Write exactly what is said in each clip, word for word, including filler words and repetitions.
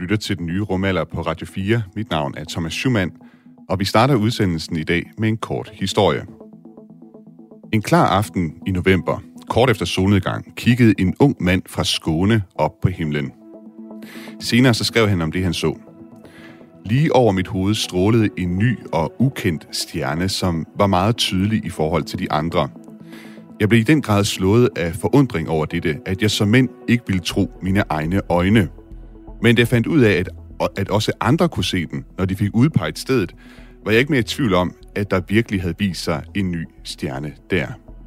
lytter til Den Nye Rumalder på Radio fire. Mit navn er Thomas Schumann, og vi starter udsendelsen i dag med en kort historie. En klar aften i november, kort efter solnedgang, kiggede en ung mand fra Skåne op på himlen. Senere så skrev han om det, han så. Lige over mit hoved strålede en ny og ukendt stjerne, som var meget tydelig i forhold til de andre. Jeg blev i den grad slået af forundring over dette, at jeg som mænd ikke ville tro mine egne øjne. Men da jeg fandt ud af, at, at også andre kunne se den, når de fik udpeget stedet, var jeg ikke mere i tvivl om, at der virkelig havde vist sig en ny stjerne der.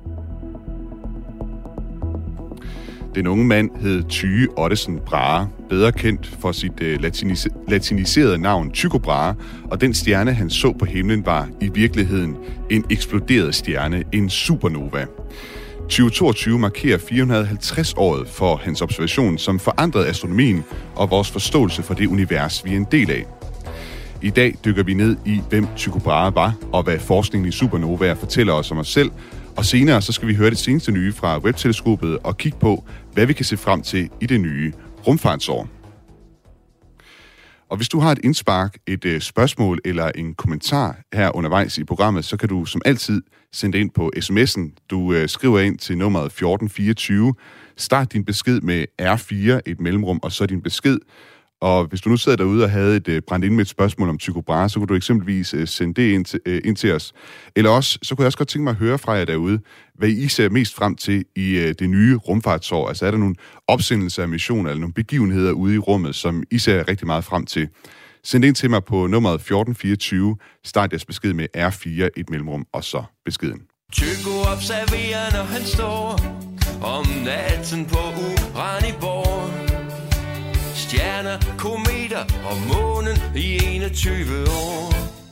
Den unge mand hed Tyge Ottesen Brahe, bedre kendt for sit uh, latinis- latiniserede navn Tycho Brahe, og den stjerne, han så på himlen, var i virkeligheden en eksploderet stjerne, en supernova. tyve toogtyve markerer fire hundrede og halvtreds året for hans observation, som forandrede astronomien og vores forståelse for det univers, vi er en del af. I dag dykker vi ned i, hvem Tycho Brahe var, og hvad forskningen i supernovaer fortæller os om os selv. Og senere så skal vi høre det seneste nye fra Webb-teleskopet og kigge på, hvad vi kan se frem til i det nye rumfartsår. Og hvis du har et indspark, et øh, spørgsmål eller en kommentar her undervejs i programmet, så kan du som altid sende det ind på sms'en. Du øh, skriver ind til nummeret fjorten fireogtyve. Start din besked med R fire, et mellemrum, og så din besked. Og hvis du nu sidder derude og havde et øh, brændt ind med et spørgsmål om Tycho Brahe, så kunne du eksempelvis øh, sende det ind til, øh, ind til os. Eller også, så kunne jeg også godt tænke mig at høre fra jer derude, hvad I ser mest frem til i øh, det nye rumfartsår. Altså er der nogle opsendelser af missioner eller nogle begivenheder ude i rummet, som I ser rigtig meget frem til? Send det ind til mig på nummeret fjorten fireogtyve. Start jeres besked med R fire, et mellemrum, og så beskeden. Tycho observerer, når han står om natten på Uraniborg. Stjerner, kometer og månen i enogtyve år.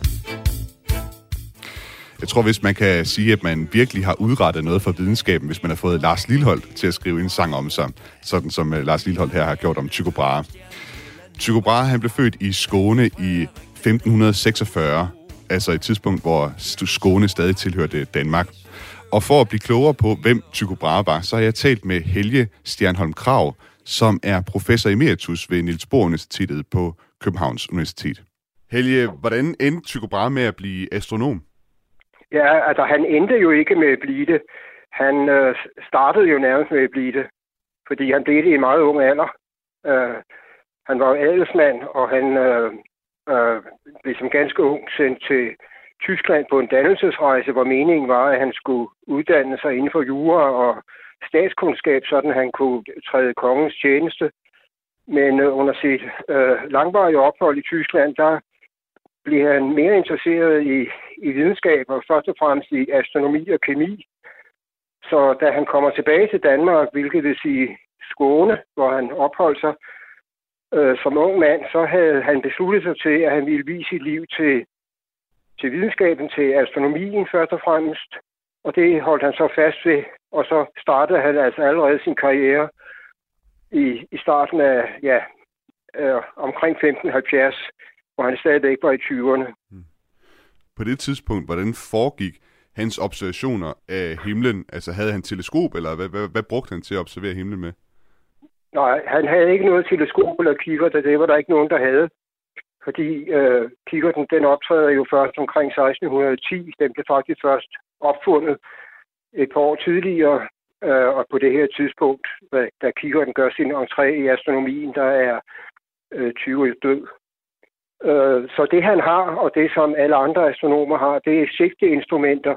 Jeg tror, hvis man kan sige, at man virkelig har udrettet noget for videnskaben, hvis man har fået Lars Lilholt til at skrive en sang om sig, sådan som uh, Lars Lilholt her har gjort om Tycho Brahe. Tycho Brahe, han blev født i Skåne i femten seksogfyrre, altså et tidspunkt, hvor Skåne stadig tilhørte Danmark. Og for at blive klogere på, hvem Tycho Brahe var, så har jeg talt med Helge Stjernholm Krag, som er professor emeritus ved Niels Bohr Universitetet på Københavns Universitet. Helge, hvordan endte Tycho Brahe med at blive astronom? Ja, altså han endte jo ikke med at blive det. Han øh, startede jo nærmest med at blive det, fordi han blev det i en meget ung alder. Uh, han var adelsmand, og han øh, øh, blev som ganske ung sendt til Tyskland på en dannelsesrejse, hvor meningen var, at han skulle uddanne sig inden for jura og statskundskab, sådan han kunne træde kongens tjeneste. Men øh, under sit øh, langvarige ophold i Tyskland, der blev han mere interesseret i, i videnskab, og først og fremmest i astronomi og kemi. Så da han kommer tilbage til Danmark, hvilket vil sige Skåne, hvor han opholdt sig øh, som ung mand, så havde han besluttet sig til, at han ville vise sit liv til, til videnskaben, til astronomien først og fremmest. Og det holdt han så fast ved, og så startede han altså allerede sin karriere i, i starten af, ja, øh, omkring femten halvfjerds, hvor han stadigvæk var i tyverne. På det tidspunkt, hvordan foregik hans observationer af himlen? Altså havde han teleskop, eller hvad, hvad, hvad brugte han til at observere himlen med? Nej, han havde ikke noget teleskop eller kikkert, og det var der ikke nogen, der havde. Fordi øh, kikkerten, den optræder jo først omkring seksten ti. Den blev faktisk først opfundet et par år tidligere, øh, og på det her tidspunkt, da kikkerten gør sin entré i astronomien, der er øh, Tycho død. Øh, så det han har, og det som alle andre astronomer har, det er sigteinstrumenter.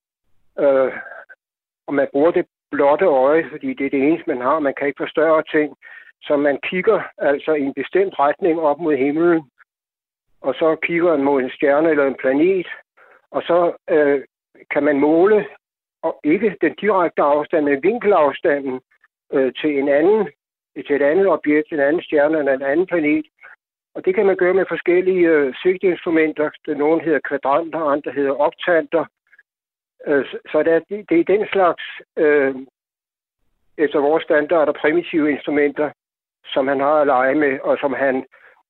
Øh, og man bruger det blotte øje, fordi det er det eneste, man har. Man kan ikke forstørre ting, så man kigger altså i en bestemt retning op mod himlen, og så kigger man mod en stjerne eller en planet, og så øh, kan man måle, og ikke den direkte afstand, men vinkelafstanden øh, til en anden, til et andet objekt, til en anden stjerne eller en anden planet. Og det kan man gøre med forskellige øh, sigteinstrumenter. Nogle hedder kvadranter, andre hedder oktanter. Øh, så det er, det er den slags, øh, efter vores standarder, primitive instrumenter, som han har at lege med, og som han,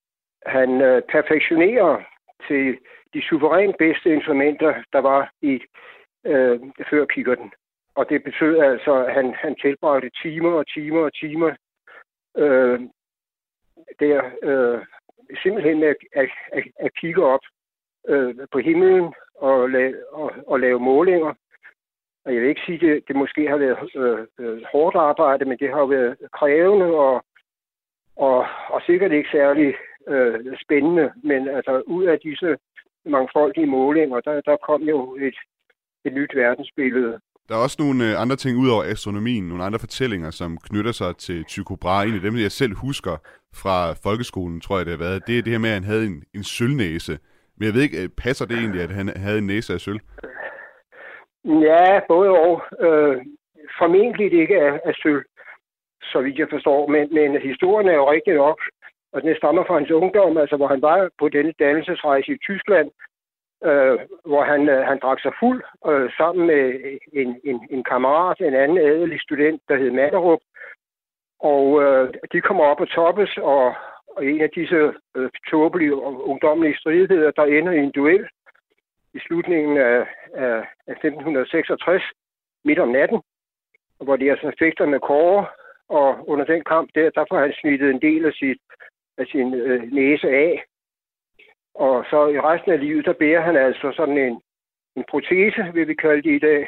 han øh, perfektionerer til de suverænt bedste instrumenter, der var i øh, før kikkerten. Og det betød altså, at han, han tilbragte timer og timer og timer øh, der øh, simpelthen at, at, at, at kigge op øh, på himlen og, la- og, og lave målinger. Og jeg vil ikke sige, at det, det måske har været øh, øh, hårdt arbejde, men det har været krævende og, og, og sikkert ikke særlig øh, spændende. Men altså ud af disse mangfoldige målinger, der, der kom jo et, et nyt verdensbillede. Der er også nogle andre ting ud over astronomien, nogle andre fortællinger, som knytter sig til Tycho Brahe. En af dem, jeg selv husker fra folkeskolen, tror jeg det har været, det er det her med, at han havde en, en sølvnæse. Men jeg ved ikke, passer det egentlig, at han havde en næse af sølv? Ja, både og. Øh, formentlig ikke af, af sølv, så vidt jeg forstår. Men, men historien er jo rigtig nok, og den stammer fra hans ungdom, altså hvor han var på denne dannelsesrejse i Tyskland, øh, hvor han, øh, han drak sig fuld øh, sammen med en, en, en kammerat, en anden adelig student, der hed Manderup. Og øh, de kommer op og toppes, og, og en af disse øh, tåbelige og ungdommelige stridigheder, der ender i en duel i slutningen af, af, af femten seksogtres, midt om natten, hvor de altså fægter med kåre, og under den kamp der, der får han snittet en del af, sit, af sin øh, næse af. Og så i resten af livet, der bærer han altså sådan en, en protese, vil vi kalde det i dag.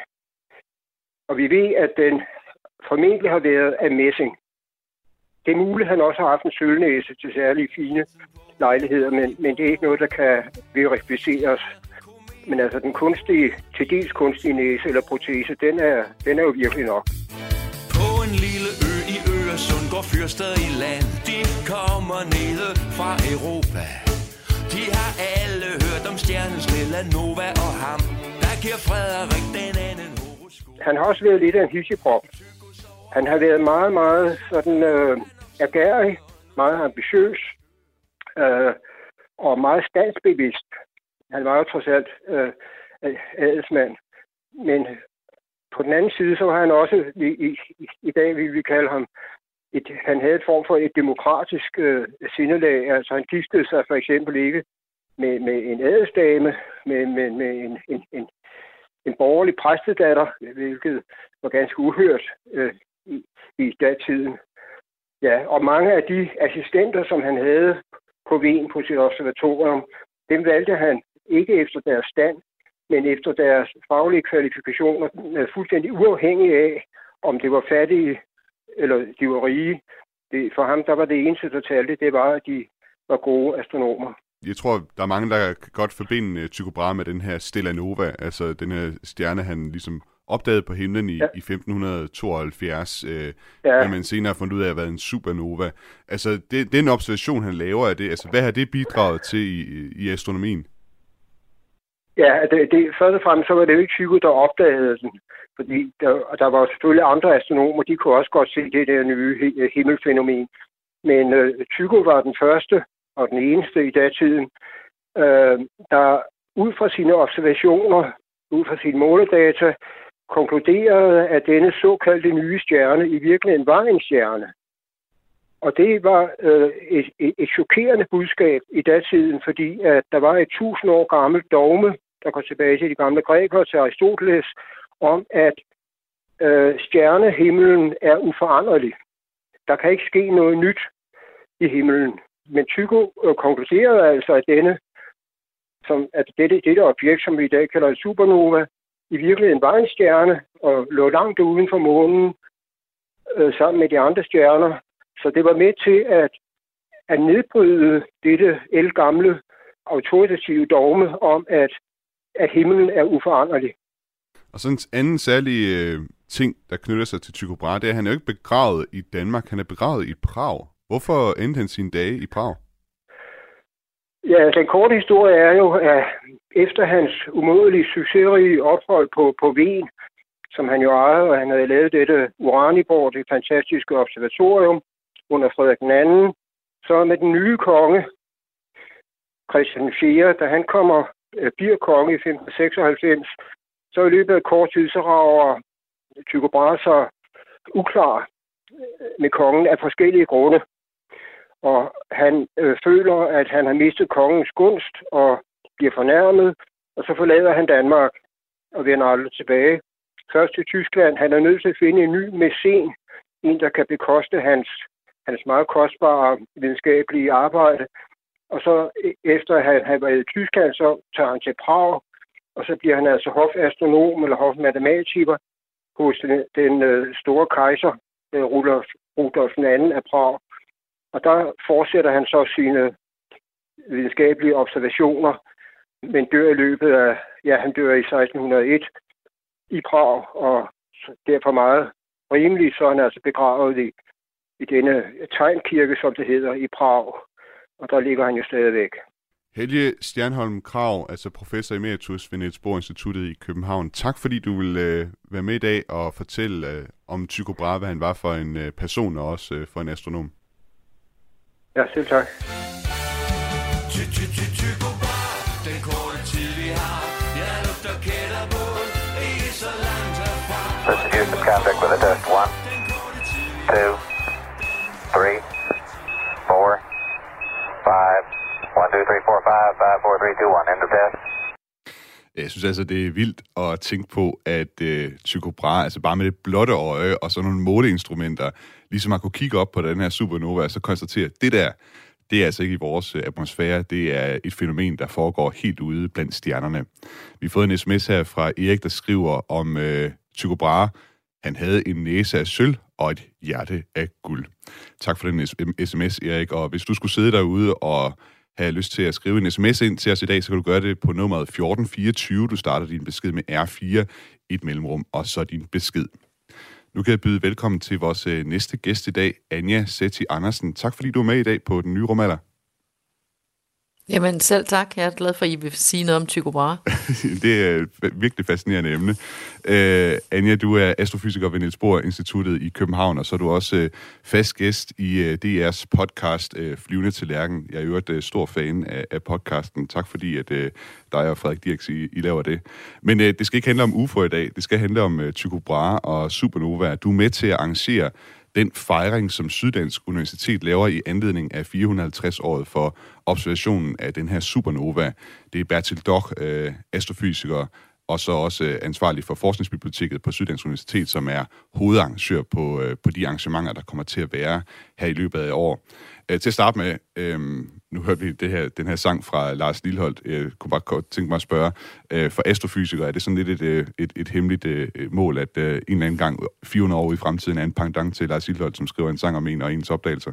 Og vi ved, at den formentlig har været af messing. Det er muligt, at han også har haft en sølvnæse til særlige fine lejligheder, men, men det er ikke noget, der kan verificeres. Men altså den kunstige, til dels kunstige næse eller protese, den er, den er jo virkelig nok. På en lille ø i Øresund går fyrster i land. De kommer nede fra Europa. De har alle hørt om stjernen Stella Nova og ham. Der giver Frederik den anden horoskop. Han har også været lidt af en hissigprop. Han har været meget, meget sådan øh, agerig, meget ambitiøs øh, og meget standsbevidst. Han var jo trods alt øh, adelsmand. Men på den anden side, så var han også, i, i, i dag vil vi kalde ham, et, han havde et form for et demokratisk øh, sindelag. Altså han giftede sig for eksempel ikke med, med en adelsdame, med, med, med en, en, en, en borgerlig præstedatter, hvilket var ganske uhørt øh, i, i datiden. Ja, og mange af de assistenter, som han havde på Wien på sit observatorium, dem valgte han ikke efter deres stand, men efter deres faglige kvalifikationer, fuldstændig uafhængig af, om det var fattige eller de var rige. Det, for ham, der var det eneste, der talte, det var, at de var gode astronomer. Jeg tror, der er mange, der kan godt forbinde Tycho Brahe med den her Stella Nova, altså den her stjerne, han ligesom opdagede på himlen i, ja. i femten tooghalvfjerds, øh, ja. hvor man senere fundet ud af at have været en supernova. Altså, det, den observation, han laver af det, altså, hvad har det bidraget til i, i astronomien? Ja, det, det, først og fremmest så var det jo ikke Tycho, der opdagede den, fordi der, der var selvfølgelig andre astronomer, de kunne også godt se det der nye himmelfænomen. Men øh, Tycho var den første og den eneste i datiden, øh, der ud fra sine observationer, ud fra sine måledata, konkluderede, at denne såkaldte nye stjerne i virkeligheden var en stjerne. Og det var øh, et, et, et chokerende budskab i datiden, fordi at der var et tusind år gammelt dogme, der går tilbage til de gamle grækere, til Aristoteles, om at øh, stjernehimlen er uforanderlig. Der kan ikke ske noget nyt i himlen. Men Tycho øh, konkluderede altså, at denne, som, at dette, dette objekt, som vi i dag kalder en supernova, i virkeligheden var en stjerne og lå langt uden for månen øh, sammen med de andre stjerner. Så det var med til at, at nedbryde dette ældgamle autoritative dogme om, at, at himlen er uforanderlig. Og sådan en anden særlig øh, ting, der knytter sig til Tycho Brahe, det er, at han er jo ikke begravet i Danmark, han er begravet i Prag. Hvorfor endte han sine dage i Prag? Ja, den korte historie er jo, at efter hans umådelige succesrige ophold på, på Wien, som han jo ejede, og han havde lavet dette Uraniborg, det fantastiske observatorium, under Frederik den anden, så med den nye konge, Christian den fjerde, da han kommer, bliver konge i femten seksoghalvfems, så i løbet af kort tid, så rager Tycho Brahe sig uklar med kongen af forskellige grunde. Og han øh, føler, at han har mistet kongens gunst og bliver fornærmet, og så forlader han Danmark og vender aldrig tilbage. Først til Tyskland. Han er nødt til at finde en ny mæcen, en der kan bekoste hans hans meget kostbare videnskabelige arbejde. Og så efter at han har været i Tyskland, så tager han til Prag, og så bliver han altså hofastronom eller hofmatematiker hos den, den øh, store kejser, øh, Rudolf, Rudolf den anden af Prag. Og der fortsætter han så sine videnskabelige observationer, men dør i løbet af, ja, han dør i seksten hundrede og en i Prag, og derfor meget rimeligt, så er han altså begravet i, i denne tegnkirke, som det hedder, i Prag. Og der ligger han jo stadigvæk. Helge Stjernholm Krag, altså professor emeritus ved Niels Bohr Instituttet i København. Tak fordi du vil øh, være med i dag og fortælle øh, om Tycho Brahe, hvad han var for en øh, person og også øh, for en astronom. Ja, selv tak. Tycho Brahe, den korte tid vi har. Jeg lugter kælderbål, ikke så langt herfra. This is Houston, contact with a test. One, two, three, four, five. one, two, three, four, five, five, four, three, two, one. End of test. Jeg synes altså, det er vildt at tænke på, at øh, Tycho Brahe, altså bare med det blotte øje og sådan nogle måleinstrumenter, ligesom man kunne kigge op på den her supernova og så konstatere, at det der, det er altså ikke i vores atmosfære, det er et fænomen, der foregår helt ude blandt stjernerne. Vi har fået en sms her fra Erik, der skriver om øh, Tycho Brahe. Han havde en næse af sølv og et hjerte af guld. Tak for den sms, Erik, og hvis du skulle sidde derude og have lyst til at skrive en sms ind til os i dag, så kan du gøre det på nummeret fjorten fireogtyve. Du starter din besked med R fire i et mellemrum, og så din besked. Nu kan jeg byde velkommen til vores næste gæst i dag, Anja Setti Andersen. Tak fordi du er med i dag på Den Nye Rumalder. Jamen selv tak. Jeg er glad for, at I vil sige noget om Tycho Brahe. Det er et virkelig fascinerende emne. Uh, Anja, du er astrofysiker ved Niels Bohr Instituttet i København, og så er du også uh, fast gæst i uh, D R's podcast uh, Flyvende til Lærken. Jeg er jo et uh, stor fan af, af podcasten. Tak fordi, at uh, dig og Frederik Dirks, I, I laver det. Men uh, det skal ikke handle om U F O i dag. Det skal handle om uh, Tycho Brahe og supernova. Du er med til at arrangere den fejring, som Syddansk Universitet laver i anledning af fire hundrede og halvtreds-året for observationen af den her supernova. Det er Bertil Doch, øh, astrofysiker, og så også ansvarlig for Forskningsbiblioteket på Syddansk Universitet, som er hovedarrangør på, øh, på de arrangementer, der kommer til at være her i løbet af år. Øh, til at starte med, øh, nu hørte vi det her, den her sang fra Lars Lilholt. Jeg kunne bare godt tænke mig at spørge, øh, for astrofysikere, er det sådan lidt et, et, et hemmeligt øh, mål, at øh, en eller anden gang fire hundrede år i fremtiden er en pendant til Lars Lilholt, som skriver en sang om en og ens opdagelser?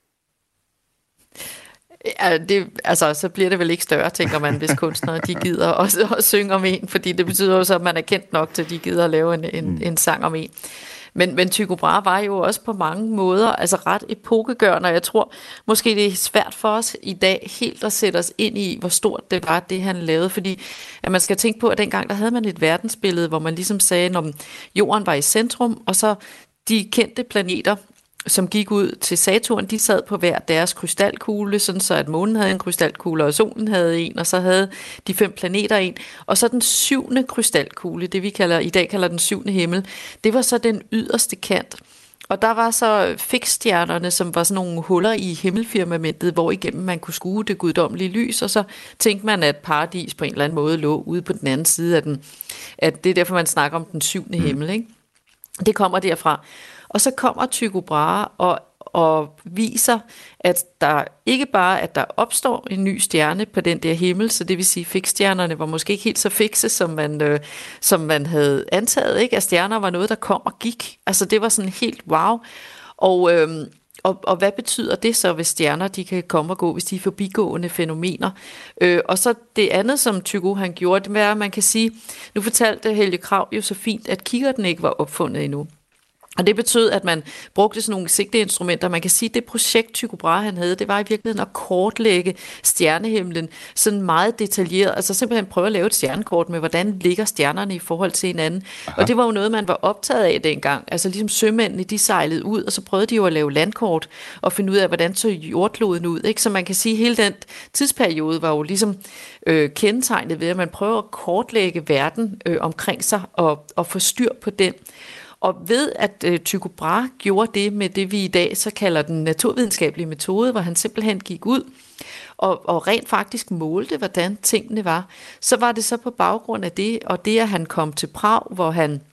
Ja, det, altså, så bliver det vel ikke større, tænker man, hvis kunstnere de gider også at synge om en, fordi det betyder jo så, at man er kendt nok til, at de gider at lave en, en, en sang om en. Men, men Tycho Brahe var jo også på mange måder altså ret epokegørende, og jeg tror måske det er svært for os i dag helt at sætte os ind i, hvor stort det var, det han lavede, fordi at man skal tænke på, at dengang der havde man et verdensbillede, hvor man ligesom sagde, at jorden var i centrum, og så de kendte planeter, som gik ud til Saturn, de sad på hver deres krystalkugle, sådan så at månen havde en krystalkugle, og solen havde en, og så havde de fem planeter en. Og så den syvende krystalkugle, det vi kalder, i dag kalder den syvende himmel, det var så den yderste kant. Og der var så fiksstjernerne, som var sådan nogle huller i himmelfirmamentet, hvor igennem man kunne skue det guddommelige lys, og så tænkte man, at paradis på en eller anden måde lå ude på den anden side af den. At det er derfor, man snakker om den syvende himmel, ikke? Det kommer derfra. Og så kommer Tycho Brahe og, og viser, at der ikke bare at der opstår en ny stjerne på den der himmel, så det vil sige, at fiksstjernerne var måske ikke helt så fikse, som man, øh, som man havde antaget, ikke? At stjerner var noget, der kom og gik. Altså det var sådan helt wow. Og, øh, og, og hvad betyder det så, hvis stjerner de kan komme og gå, hvis de er forbigående fænomener? Øh, og så det andet, som Tycho han gjorde, det var, at man kan sige, nu fortalte Helge Krag jo så fint, at kikkerten ikke var opfundet endnu. Og det betød, at man brugte sådan nogle sigteinstrumenter. Man kan sige, at det projekt, Tycho Brahe han havde, det var i virkeligheden at kortlægge stjernehimlen sådan meget detaljeret. Altså simpelthen prøve at lave et stjernekort med, hvordan ligger stjernerne i forhold til hinanden. Aha. Og det var jo noget, man var optaget af dengang. Altså ligesom sømændene, de sejlede ud, og så prøvede de jo at lave landkort og finde ud af, hvordan så jordkloden ud. Ikke? Så man kan sige, at hele den tidsperiode var jo ligesom øh, kendetegnet ved, at man prøver at kortlægge verden øh, omkring sig og, og få styr på den. Og ved at øh, Tycho Brahe gjorde det med det, vi i dag så kalder den naturvidenskabelige metode, hvor han simpelthen gik ud og, og rent faktisk målte, hvordan tingene var, så var det så på baggrund af det, og det at han kom til Prag, hvor han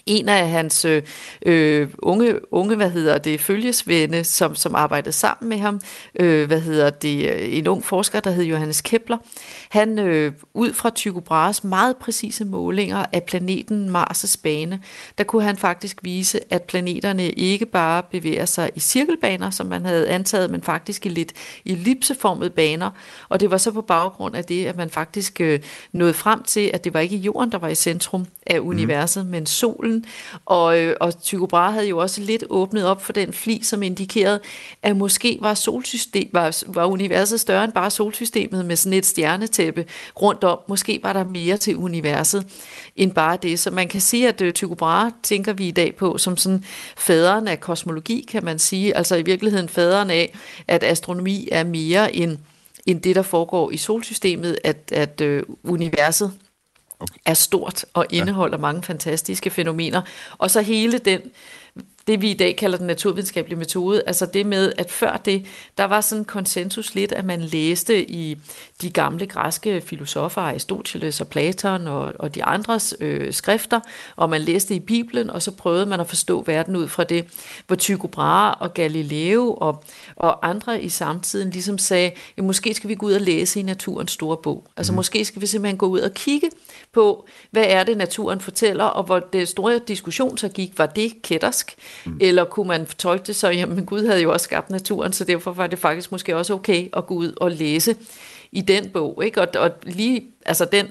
En af hans øh, unge, unge, hvad hedder det, følgesvende, som, som arbejdede sammen med ham, øh, hvad hedder det, en ung forsker, der hed Johannes Kepler, han øh, ud fra Tycho Brahes meget præcise målinger af planeten Mars' bane, der kunne han faktisk vise, at planeterne ikke bare bevæger sig i cirkelbaner, som man havde antaget, men faktisk i lidt ellipseformede baner. Og det var så på baggrund af det, at man faktisk øh, nåede frem til, at det var ikke jorden, der var i centrum af universet, mm. men solen. Og, øh, og Tycho Brahe havde jo også lidt åbnet op for den fli, som indikerede, at måske var, solsystem, var, var universet større end bare solsystemet med sådan et stjernetæppe rundt om. Måske var der mere til universet end bare det. Så man kan sige, at øh, Tycho Brahe tænker vi i dag på som sådan faderen af kosmologi, kan man sige. Altså i virkeligheden faderen af, at astronomi er mere end, end det, der foregår i solsystemet, at, at øh, universet okay. er stort og indeholder ja. mange fantastiske fænomener. Og så hele den, det vi i dag kalder den naturvidenskabelige metode, altså det med, at før det, der var sådan konsensus lidt, at man læste i de gamle græske filosofer, Aristoteles og Platon og, og de andres øh, skrifter, og man læste i Bibelen, og så prøvede man at forstå verden ud fra det, hvor Tycho Brahe og Galileo og, og andre i samtiden ligesom sagde, ja, måske skal vi gå ud og læse i naturens store bog. Altså mm. måske skal vi simpelthen gå ud og kigge på, hvad er det, naturen fortæller, og hvor det store diskussion så gik, var det kættersk? Mm. Eller kunne man tolke det så, jamen Gud havde jo også skabt naturen, så derfor var det faktisk måske også okay at gå ud og læse i den bog, ikke? Og, og lige, altså den,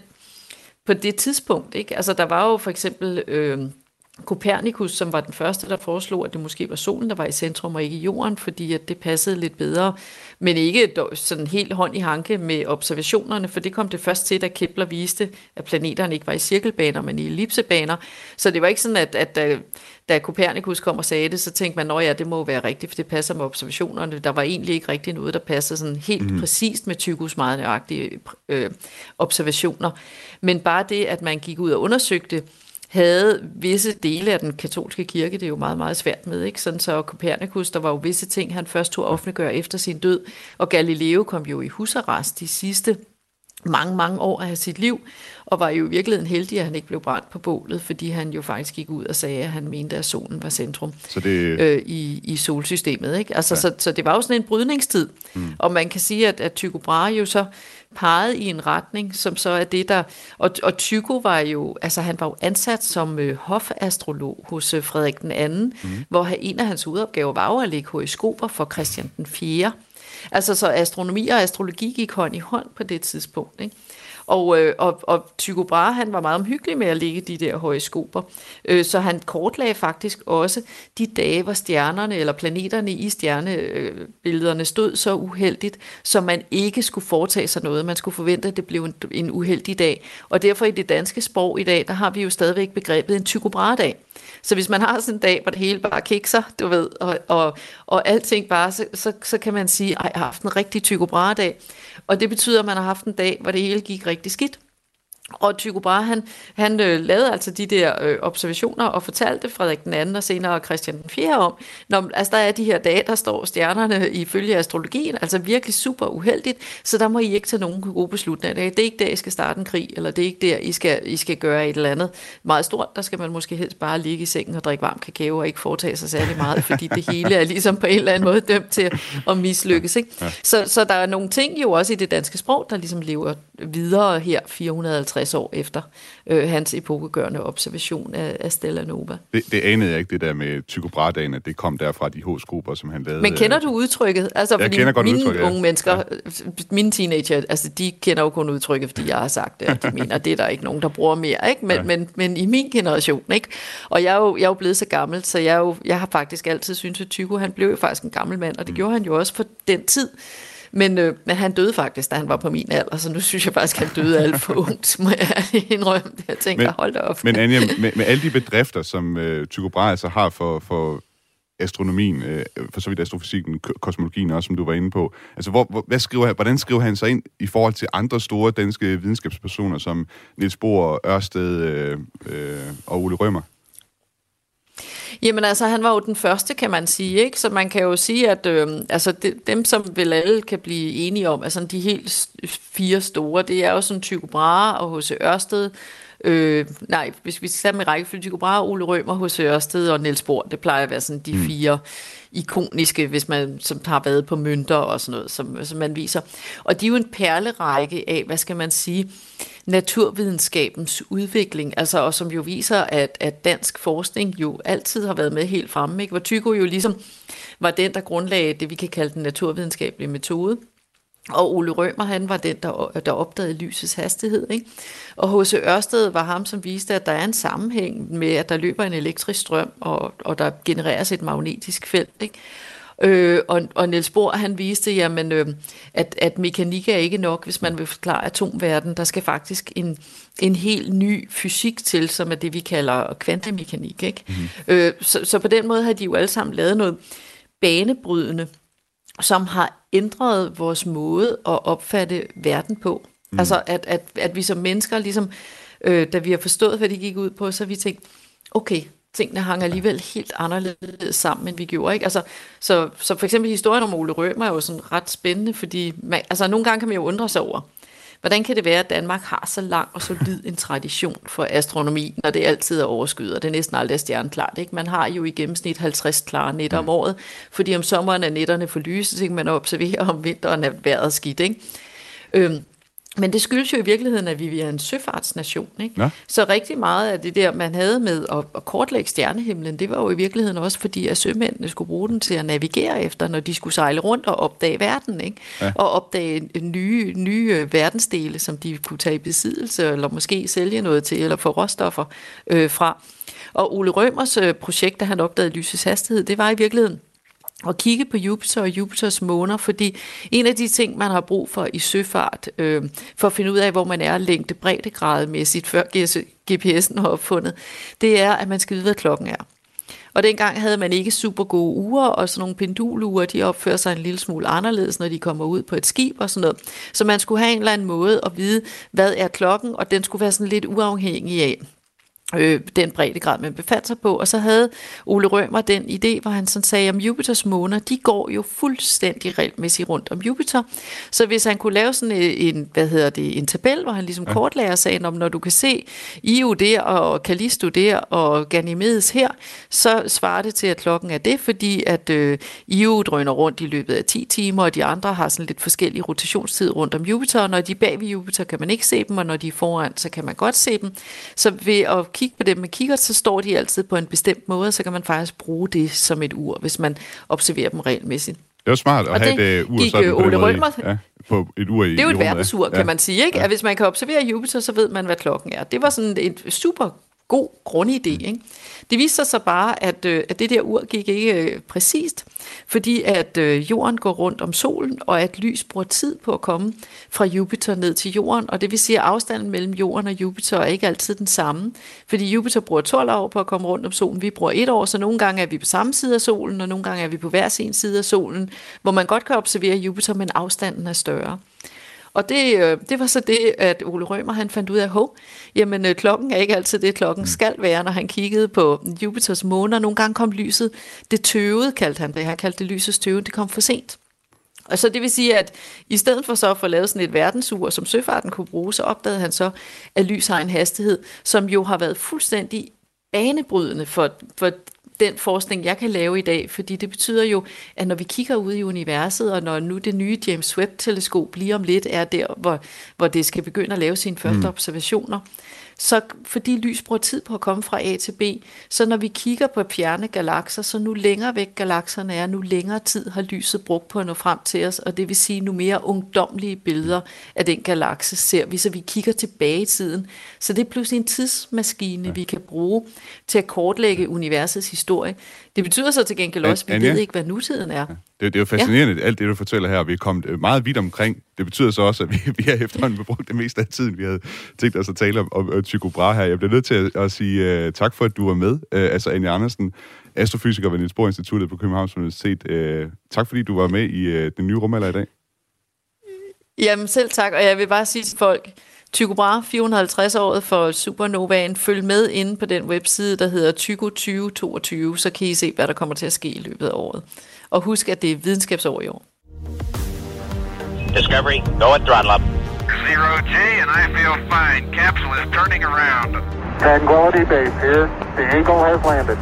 på det tidspunkt, ikke? Altså der var jo for eksempel øh, Copernicus, som var den første, der foreslog, at det måske var solen, der var i centrum, og ikke jorden, fordi at det passede lidt bedre, men ikke sådan helt hånd i hanke med observationerne, for det kom det først til, da Kepler viste, at planeterne ikke var i cirkelbaner, men i ellipsebaner. Så det var ikke sådan, at, at da, da Copernicus kom og sagde det, så tænkte man, at ja, det må være rigtigt, for det passer med observationerne. Der var egentlig ikke rigtig noget, der passede sådan helt mm. præcist med Tychos meget nøjagtige øh, observationer. Men bare det, at man gik ud og undersøgte, havde visse dele af den katolske kirke, det er jo meget, meget svært med, ikke? Sådan så Copernicus, der var jo visse ting, han først tog at offentliggøre efter sin død, og Galileo kom jo i husarrest de sidste mange, mange år af sit liv, og var jo i virkeligheden heldig, at han ikke blev brændt på bålet, fordi han jo faktisk gik ud og sagde, at han mente, at solen var centrum så det... øh, i, i solsystemet, ikke? Altså, ja. så, så det var jo sådan en brydningstid, mm. og man kan sige, at, at Tycho Brahe jo så pegede i en retning, som så er det, der... Og, og Tycho var jo, altså han var jo ansat som øh, hofastrolog hos øh, Frederik den anden, mm. hvor en af hans udopgaver var jo at lægge horoskoper for Christian den fjerde. Altså så astronomi og astrologi gik hånd i hånd på det tidspunkt, ikke? Og, øh, og, og Tycho Brahe, han var meget omhyggelig med at lægge de der horoskoper, øh, så han kortlagde faktisk også de dage, hvor stjernerne eller planeterne i stjernebillederne stod så uheldigt, så man ikke skulle foretage sig noget. Man skulle forvente, at det blev en, en uheldig dag. Og derfor i det danske sprog i dag, der har vi jo stadigvæk begrebet en Tycho Brahe-dag. Så hvis man har sådan en dag, hvor det hele bare kikser, du ved, og, og, og alting bare, så, så, så kan man sige, ej, jeg har haft en rigtig Tycho Brahe-dag. Og det betyder, at man har haft en dag, hvor det hele gik rigtig skidt. Og Tycho Brahe, han, han øh, lavede altså de der øh, observationer og fortalte Frederik den anden og senere Christian den fjerde om, når altså, der er de her dage, der står stjernerne ifølge astrologien, altså virkelig super uheldigt, så der må I ikke tage nogen gode beslutninger. Det er ikke der, I skal starte en krig, eller det er ikke der, I skal, I skal gøre et eller andet meget stort. Der skal man måske helst bare ligge i sengen og drikke varm kakao og ikke foretage sig særlig meget, fordi det hele er ligesom på en eller anden måde dømt til at mislykkes. Ikke? Ja. Så, så der er nogle ting jo også i det danske sprog, der ligesom lever videre her fire hundrede og halvtreds år efter øh, hans epokegørende observation af, af Stella Nova. Det, det anede jeg ikke, det der med Tycho Brahe-dagen, at det kom derfra de horoskoper, som han lavede. Men kender du udtrykket? Altså, jeg kender godt mine udtrykket, ja. unge mennesker, ja. mine teenager, altså de kender jo kun udtrykket, fordi jeg har sagt det, og de mener, det er der ikke nogen, der bruger mere, ikke? Men, ja. men, men i min generation, ikke? Og jeg er jo, jeg er jo blevet så gammel, så jeg, er jo, jeg har faktisk altid syntes, at Tycho, han blev jo faktisk en gammel mand, og det mm. gjorde han jo også for den tid. Men, øh, men han døde faktisk, da han var på min alder, så nu synes jeg faktisk, at han døde alt for ungt, må jeg indrømme det. Jeg tænker, men, hold da op. Men Anja, med, med alle de bedrifter, som øh, Tycho Brahe altså har for, for astronomien, øh, for så vidt astrofysikken, kosmologien også, som du var inde på, altså hvor, hvor, hvad skriver, hvordan skriver han sig ind i forhold til andre store danske videnskabspersoner, som Niels Bohr, Ørsted øh, øh, og Ole Rømer? Jamen altså, han var jo den første, kan man sige, ikke? Så man kan jo sige, at øh, altså, det, dem, som vel alle kan blive enige om, altså de helt fire store, det er jo sådan Tycho Brahe og H C Ørsted, Øh, nej, hvis vi skal med rækkefølge, Tycho Brahe, Ole Rømer, H C Ørsted og Niels Bohr, det plejer at være sådan de mm. fire ikoniske, hvis man som har været på mønter og sådan noget, som, som man viser. Og de er jo en perlerække af, hvad skal man sige, naturvidenskabens udvikling, altså, og som jo viser, at, at dansk forskning jo altid har været med helt fremme, ikke? Hvor Tycho jo ligesom var den, der grundlagde det, vi kan kalde den naturvidenskabelige metode. Og Ole Rømer, han var den, der, der opdagede lysets hastighed, ikke? Og H C Ørsted var ham, som viste, at der er en sammenhæng med, at der løber en elektrisk strøm, og, og der genereres et magnetisk felt, ikke? Øh, og, og Niels Bohr, han viste, jamen, øh, at, at mekanik er ikke nok, hvis man vil forklare atomverden. Der skal faktisk en, en helt ny fysik til, som er det, vi kalder kvantemekanik, ikke? Mm-hmm. Øh, så, så på den måde har de jo alle sammen lavet noget banebrydende, som har ændret vores måde at opfatte verden på. Mm. Altså, at, at, at vi som mennesker, ligesom, øh, da vi har forstået, hvad det gik ud på, så har vi tænkt, okay, tingene hang alligevel helt anderledes sammen, end vi gjorde, ikke? Altså, så, så for eksempel historien om Ole Rømer er jo sådan ret spændende, fordi man, altså, nogle gange kan man jo undre sig over, hvordan kan det være, at Danmark har så lang og solid en tradition for astronomi, når det altid er overskyet, og det er næsten aldrig er stjerneklart, ikke? Man har jo i gennemsnit halvtreds klare nætter om året, fordi om sommeren er nætterne for lyse, så kan man observere, om vinteren er vejret skidt, ikke? Øhm, Men det skyldes jo i virkeligheden, at vi er en søfartsnation, ikke? Ja. Så rigtig meget af det der, man havde med at, at kortlægge stjernehimlen, det var jo i virkeligheden også fordi, at sømændene skulle bruge den til at navigere efter, når de skulle sejle rundt og opdage verden, ikke? Ja. Og opdage nye, nye verdensdele, som de kunne tage i besiddelse, eller måske sælge noget til, eller få råstoffer øh, fra. Og Ole Rømers øh, projekt, da han opdagede lysets hastighed, det var i virkeligheden og kigge på Jupiter og Jupiters måner, fordi en af de ting, man har brug for i søfart, øh, for at finde ud af, hvor man er længde breddegradsmæssigt, før G P S'en var opfundet, det er, at man skal vide, hvad klokken er. Og dengang havde man ikke super gode uger, og sådan nogle pendulurer, de opfører sig en lille smule anderledes, når de kommer ud på et skib og sådan noget. Så man skulle have en eller anden måde at vide, hvad er klokken, og den skulle være sådan lidt uafhængig af Øh, den breddegrad, man befandt sig på. Og så havde Ole Rømer den idé, hvor han sådan sagde, at Jupiters måner, de går jo fuldstændig regelmæssigt rundt om Jupiter. Så hvis han kunne lave sådan en, hvad hedder det, en tabel, hvor han ligesom ja. kortlagde og sagde, når du kan se Io der, og Callisto der, og Ganymedes her, så svarer det til, at klokken er det, fordi at øh, Io drøner rundt i løbet af ti timer, og de andre har sådan lidt forskellig rotationstid rundt om Jupiter, og når de er bag ved Jupiter, kan man ikke se dem, og når de er foran, så kan man godt se dem. Så ved at kigge på dem med kikkert, så står de altid på en bestemt måde, så kan man faktisk bruge det som et ur, hvis man observerer dem regelmæssigt. Det er jo smart at og have et ur gik, sådan Ole Rømer, i, ja, på et ur i det er jo et verdensur, kan ja. man sige, ikke? Ja. At hvis man kan observere Jupiter, så ved man, hvad klokken er. Det var sådan et super god grundidé, ikke? Det viste sig så bare, at, øh, at det der ur gik ikke øh, præcist, fordi at øh, jorden går rundt om solen, og at lys bruger tid på at komme fra Jupiter ned til jorden, og det vil sige, at afstanden mellem jorden og Jupiter er ikke altid den samme, fordi Jupiter bruger tolv år på at komme rundt om solen, vi bruger et år, så nogle gange er vi på samme side af solen, og nogle gange er vi på hver sin side af solen, hvor man godt kan observere Jupiter, men afstanden er større. Og det, det var så det, at Ole Rømer han fandt ud af, hov, jamen klokken er ikke altid det, klokken skal være, når han kiggede på Jupiters måner. Nogle gange kom lyset, det tøvede, kaldte han det, han kaldte det lysets tøve, det kom for sent. Og så det vil sige, at i stedet for så at få lavet sådan et verdensur, som søfarten kunne bruge, så opdagede han så, at lys har en hastighed, som jo har været fuldstændig banebrydende for, for den forskning, jeg kan lave i dag, fordi det betyder jo, at når vi kigger ud i universet, og når nu det nye James Webb-teleskop lige om lidt er der, hvor, hvor det skal begynde at lave sine første mm. observationer, så fordi lys bruger tid på at komme fra A til B, så når vi kigger på fjerne galakser, så nu længere væk galakserne er, nu længere tid har lyset brugt på at nå frem til os, og det vil sige, nu mere ungdomlige billeder af den galakse ser vi, så vi kigger tilbage i tiden. Så det er pludselig en tidsmaskine, ja. vi kan bruge til at kortlægge universets historie. Det betyder så til gengæld også, at vi ved ikke, hvad nutiden er. Ja. Det, det er jo fascinerende, ja. alt det, du fortæller her, vi er kommet meget vidt omkring. Det betyder så også, at vi, vi har efterhånden brugt det meste af tiden, vi havde tænkt os at tale om, om, om Tycho Brahe her. Jeg bliver nødt til at, at sige uh, tak for, at du var med. Uh, altså Anja Andersen, astrofysiker ved Niels Bohr Instituttet på Københavns Universitet. Uh, tak fordi du var med i uh, den nye rumalder i dag. Jamen selv tak, og jeg vil bare sige til folk, Tycho Brahe, fire hundrede og halvtreds året for supernovaen. Følg med inde på den webside, der hedder Tycho tyve toogtyve, så kan I se, hvad der kommer til at ske i løbet af året. Og husk, at det er videnskabsår i år. Discovery, go at throttle up. zero G, and I feel fine. Capsule is turning around. Tranquility Base here. The Eagle has landed.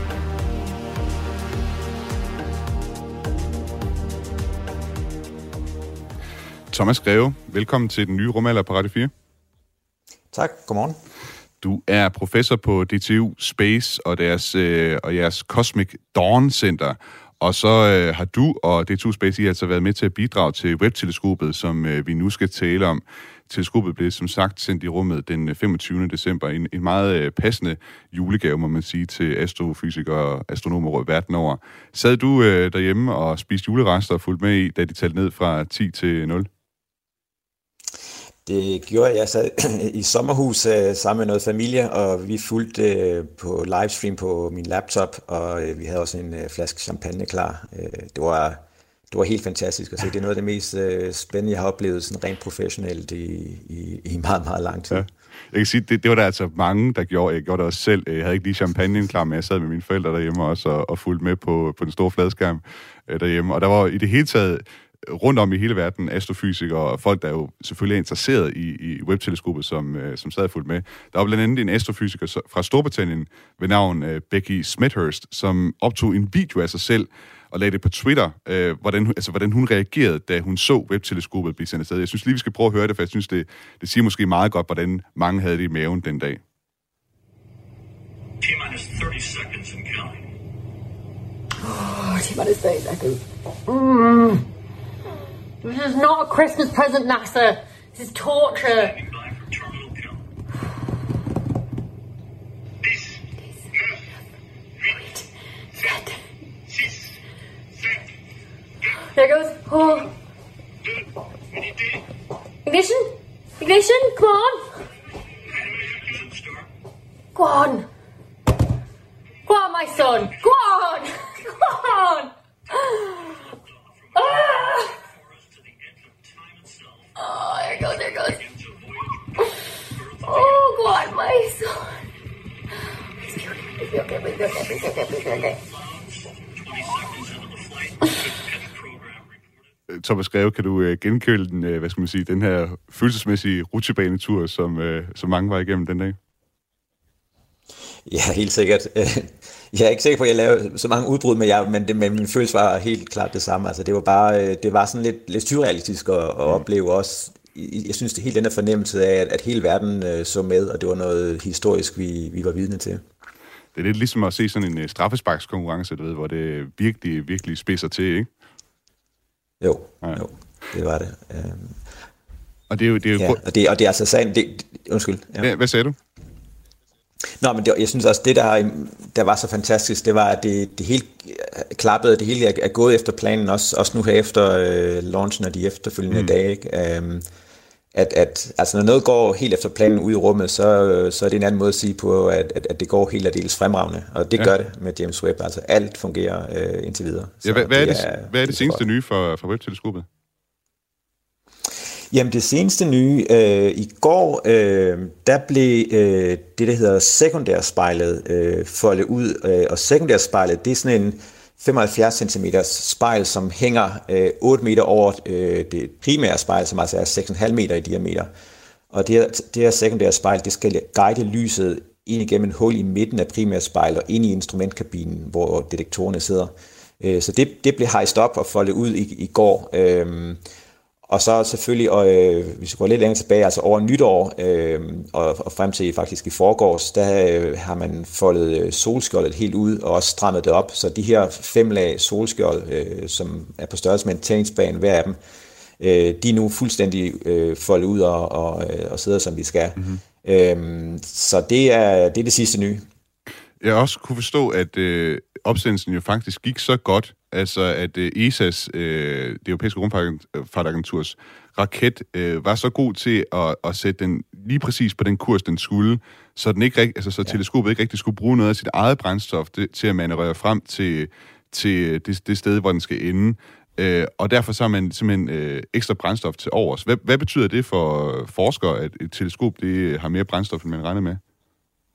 Thomas Greve, velkommen til den nye rumalder på Radio fire. Tak, godmorgen. Du er professor på D T U Space og deres, øh, og jeres Cosmic Dawn Center. Og så øh, har du og D T U Space I altså været med til at bidrage til Webb-teleskopet, som øh, vi nu skal tale om. Teleskopet blev som sagt sendt i rummet den femogtyvende december. En, en meget øh, passende julegave, må man sige, til astrofysikere og astronomer verden over. Sad du øh, derhjemme og spiste julerester og fulgte med i, da de talte ned fra ti til nul? Det gjorde jeg. Jeg sad i sommerhus uh, sammen med noget familie, og vi fulgte uh, på livestream på min laptop, og uh, vi havde også en uh, flaske champagne klar. Uh, det, var, det var helt fantastisk at se. Det er noget af det mest uh, spændende, jeg har oplevet sådan rent professionelt i, i, i meget, meget lang tid. Ja. Jeg kan sige, det, det var der altså mange, der gjorde. Jeg gjorde det også selv. Jeg havde ikke lige champagne klar, men jeg sad med mine forældre derhjemme også og, og fulgte med på, på den store fladskærm uh, derhjemme. Og der var i det hele taget rundt om i hele verden astrofysikere og folk, der jo selvfølgelig er interesseret i, i Webb-teleskopet, som, øh, som sad fuldt med. Der var blandt andet en astrofysiker fra Storbritannien ved navn øh, Becky Smethurst, som optog en video af sig selv og lagde det på Twitter, øh, hvordan, altså, hvordan hun reagerede, da hun så Webb-teleskopet blive sendt afsted. Jeg synes lige, vi skal prøve at høre det, for jeg synes, det, det siger måske meget godt, hvordan mange havde det i maven den dag. T-minus thirty seconds and counting. Oh, T-minus thirty seconds. Mm. This is not a Christmas present, NASA. This is torture. There it goes. Oh. Ignition? Ignition? Come on. Go on. Go on, my son. Go on. Go on. Ah. Oh, there it goes, there it goes. Oh, God, my son. Please be okay, please be okay, please be okay, please be okay. Thomas Greve, kan du uh, genkøle den, uh, hvad skal man sige, den her følelsesmæssige rutsjebanetur, som, uh, som mange var igennem den dag? Ja, helt sikkert. Jeg er ikke sikker på, at jeg lavede så mange udbrud, men, jeg, men, det, men min følelse var helt klart det samme. Altså, det var bare, det var sådan lidt, lidt surrealistisk at, at opleve også. Jeg synes, det helt den der fornemmelse af, at, at hele verden så med, og det var noget historisk, vi, vi var vidne til. Det er lidt ligesom at se sådan en straffesparkskonkurrence, du ved, hvor det virkelig, virkelig spidser til, ikke? Jo, ja. jo, det var det. Um, og det er jo... Det er jo ja, og, det, og det er altså sandt... Det, undskyld. Ja. Ja, hvad sagde du? Nå, men det, jeg synes også, det der, der var så fantastisk, det var, at det, det hele klappede, det hele er, er gået efter planen, også, også nu her efter øh, launchen af de efterfølgende mm. dage, ikke? Um, at, at altså, når noget går helt efter planen ude i rummet, så, så er det en anden måde at sige på, at, at, at det går helt aldeles fremragende, og det ja. gør det med James Webb, altså alt fungerer øh, indtil videre. Ja, hvad, hvad, det er det, er, hvad er det seneste nye for, for Webb-teleskopet? Jamen det seneste nye, øh, i går, øh, der blev øh, det, der hedder sekundærspejlet øh, foldet ud, øh, og sekundærspejlet, det er sådan en femoghalvfjerds centimeter spejl, som hænger øh, otte meter over øh, det primære spejl, som altså er seks komma fem meter i diameter. Og det her, det her sekundære spejl, det skal guide lyset ind igennem et hul i midten af primære spejl og ind i instrumentkabinen, hvor detektorerne sidder. Øh, så det, det blev hejst op og foldet ud i, i går. Øh, Og så selvfølgelig, og, øh, hvis vi går lidt længere tilbage, altså over nytår øh, og, og frem til faktisk i forgårs, der øh, har man foldet solskjoldet helt ud og også strammet det op. Så de her fem lag solskjold, øh, som er på størrelse med en tennisbane, hver af dem, øh, de er nu fuldstændig øh, foldet ud og, og, og sidder, som de skal. Mm-hmm. Øh, så det er, det er det sidste nye. Jeg også kunne forstå, at øh, opsendelsen jo faktisk gik så godt, altså at øh, E S A's, øh, det europæiske rumfartagenturs raket, øh, var så god til at, at sætte den lige præcis på den kurs, den skulle, så, den ikke, altså, så ja. teleskopet ikke rigtig skulle bruge noget af sit eget brændstof det, til at manøvrere frem til, til det, det sted, hvor den skal ende. Øh, og derfor så har man simpelthen øh, ekstra brændstof til overs. Hvad, hvad betyder det for forskere, at et teleskop det har mere brændstof, end man regner med?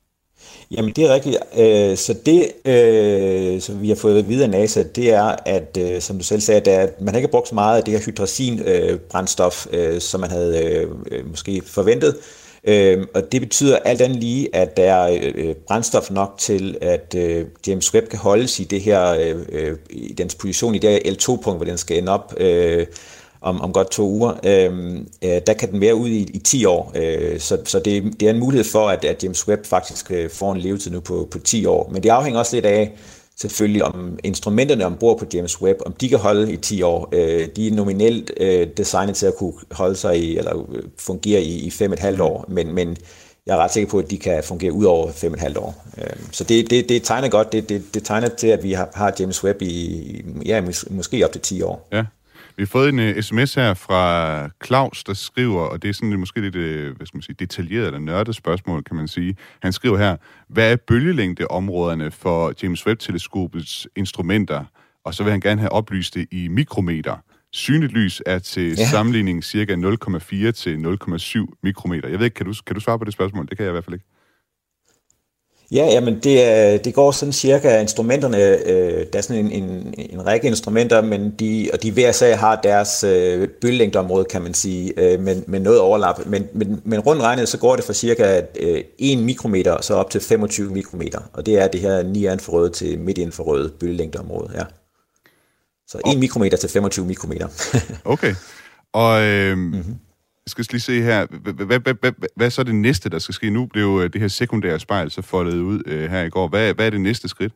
Jamen, det er rigtigt. Øh, så det, øh, som vi har fået at vide af NASA, det er, at, øh, som du selv sagde, at man har ikke brugt så meget af det her hydrazin-brændstof, øh, som man havde øh, måske forventet. Øh, og det betyder alt andet lige, at der er øh, brændstof nok til, at øh, James Webb kan holdes i det her, øh, i dens position i det her L to punkt, hvor den skal ende op øh, om, om godt to uger. Øh, øh, der kan den være ude i, i ti år. Øh, så så det, det er en mulighed for, at, at James Webb faktisk øh, får en levetid nu på, på ti år. Men det afhænger også lidt af, selvfølgelig om instrumenterne ombord på James Webb, om de kan holde i ti år. Øh, de er nominelt øh, designet til at kunne holde sig i, eller fungere i, i fem og et halvt år, men, men jeg er ret sikker på, at de kan fungere ud over fem og et halvt år. Øh, så det, det, det tegner godt. Det, det, det tegner til, at vi har, har James Webb i, ja, mås- måske op til ti år. Ja. Vi har fået en uh, sms her fra Claus, der skriver, og det er sådan måske lidt uh, hvad skal man sige, detaljeret eller nørdet spørgsmål, kan man sige. Han skriver her, hvad er bølgelængdeområderne for James Webb-teleskopets instrumenter? Og så vil han gerne have oplyst det i mikrometer. Synligt lys er til ja. sammenligning cirka nul komma fire til nul komma syv mikrometer. Jeg ved ikke, kan du, kan du svare på det spørgsmål? Det kan jeg i hvert fald ikke. Ja, jamen det, det går sådan cirka instrumenterne, øh, der er sådan en, en, en række instrumenter, men de, og de hver sag har deres øh, bølgelængdeområde, kan man sige, øh, med, med noget overlap. Men, men, men rundt regnet, så går det fra cirka øh, en mikrometer og så op til femogtyve mikrometer, og det er det her nierinfrarøde til midtinfrarøde bølgelængdeområde, ja. Så en mikrometer til femogtyve mikrometer. Okay, og øh, mm-hmm. jeg skal lige se her, hvad er så det næste, der skal ske? Nu blev det her sekundære spejl så foldet ud øh, her i går. Hvad, hvad er det næste skridt?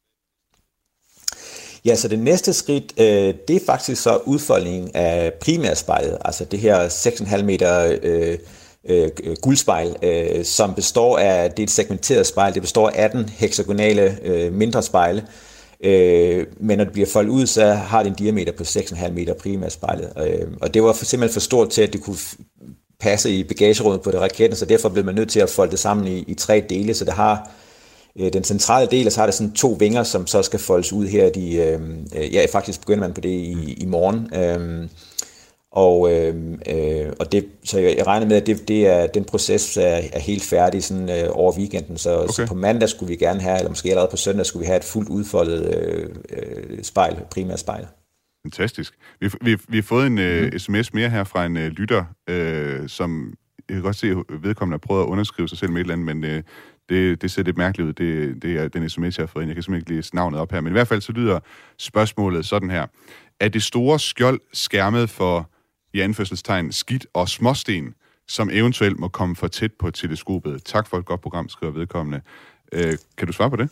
Ja, så det næste skridt, øh, det er faktisk så udfoldningen af primærspejlet, altså det her seks komma fem meter øh, øh, guldspejl, øh, som består af, det er et segmenteret spejl, det består af atten hexagonale øh, mindre spejle, øh, men når det bliver foldet ud, så har det en diameter på seks komma fem meter primærspejlet, øh, og det var for, simpelthen for stort til, at det kunne passe i bagagerummet på det raketten, så derfor blev man nødt til at folde det sammen i, i tre dele, så det har den centrale del, og så har det sådan to vinger, som så skal foldes ud her. De, øh, ja, faktisk begynder man på det i, i morgen. Øhm, og øh, og det, så jeg, jeg regner med, at det, det er, den proces er, er helt færdig sådan, øh, over weekenden. Så, okay. så på mandag skulle vi gerne have, eller måske allerede på søndag, skulle vi have et fuldt udfoldet øh, øh, spejl, primært spejl. Fantastisk. Vi, vi, vi har fået en øh, mm. sms mere her fra en øh, lytter, øh, som jeg kan godt se, at vedkommende har prøvet at underskrive sig selv med et eller andet, men øh, Det, det ser lidt mærkeligt ud. Det, det er den sms, jeg har fået ind. Jeg kan simpelthen ikke læse navnet op her. Men i hvert fald så lyder spørgsmålet sådan her. Er det store skjold skærmet for, i anførselstegn, skidt og småsten, som eventuelt må komme for tæt på teleskopet? Tak for et godt program, skriver vedkommende. Øh, kan du svare på det?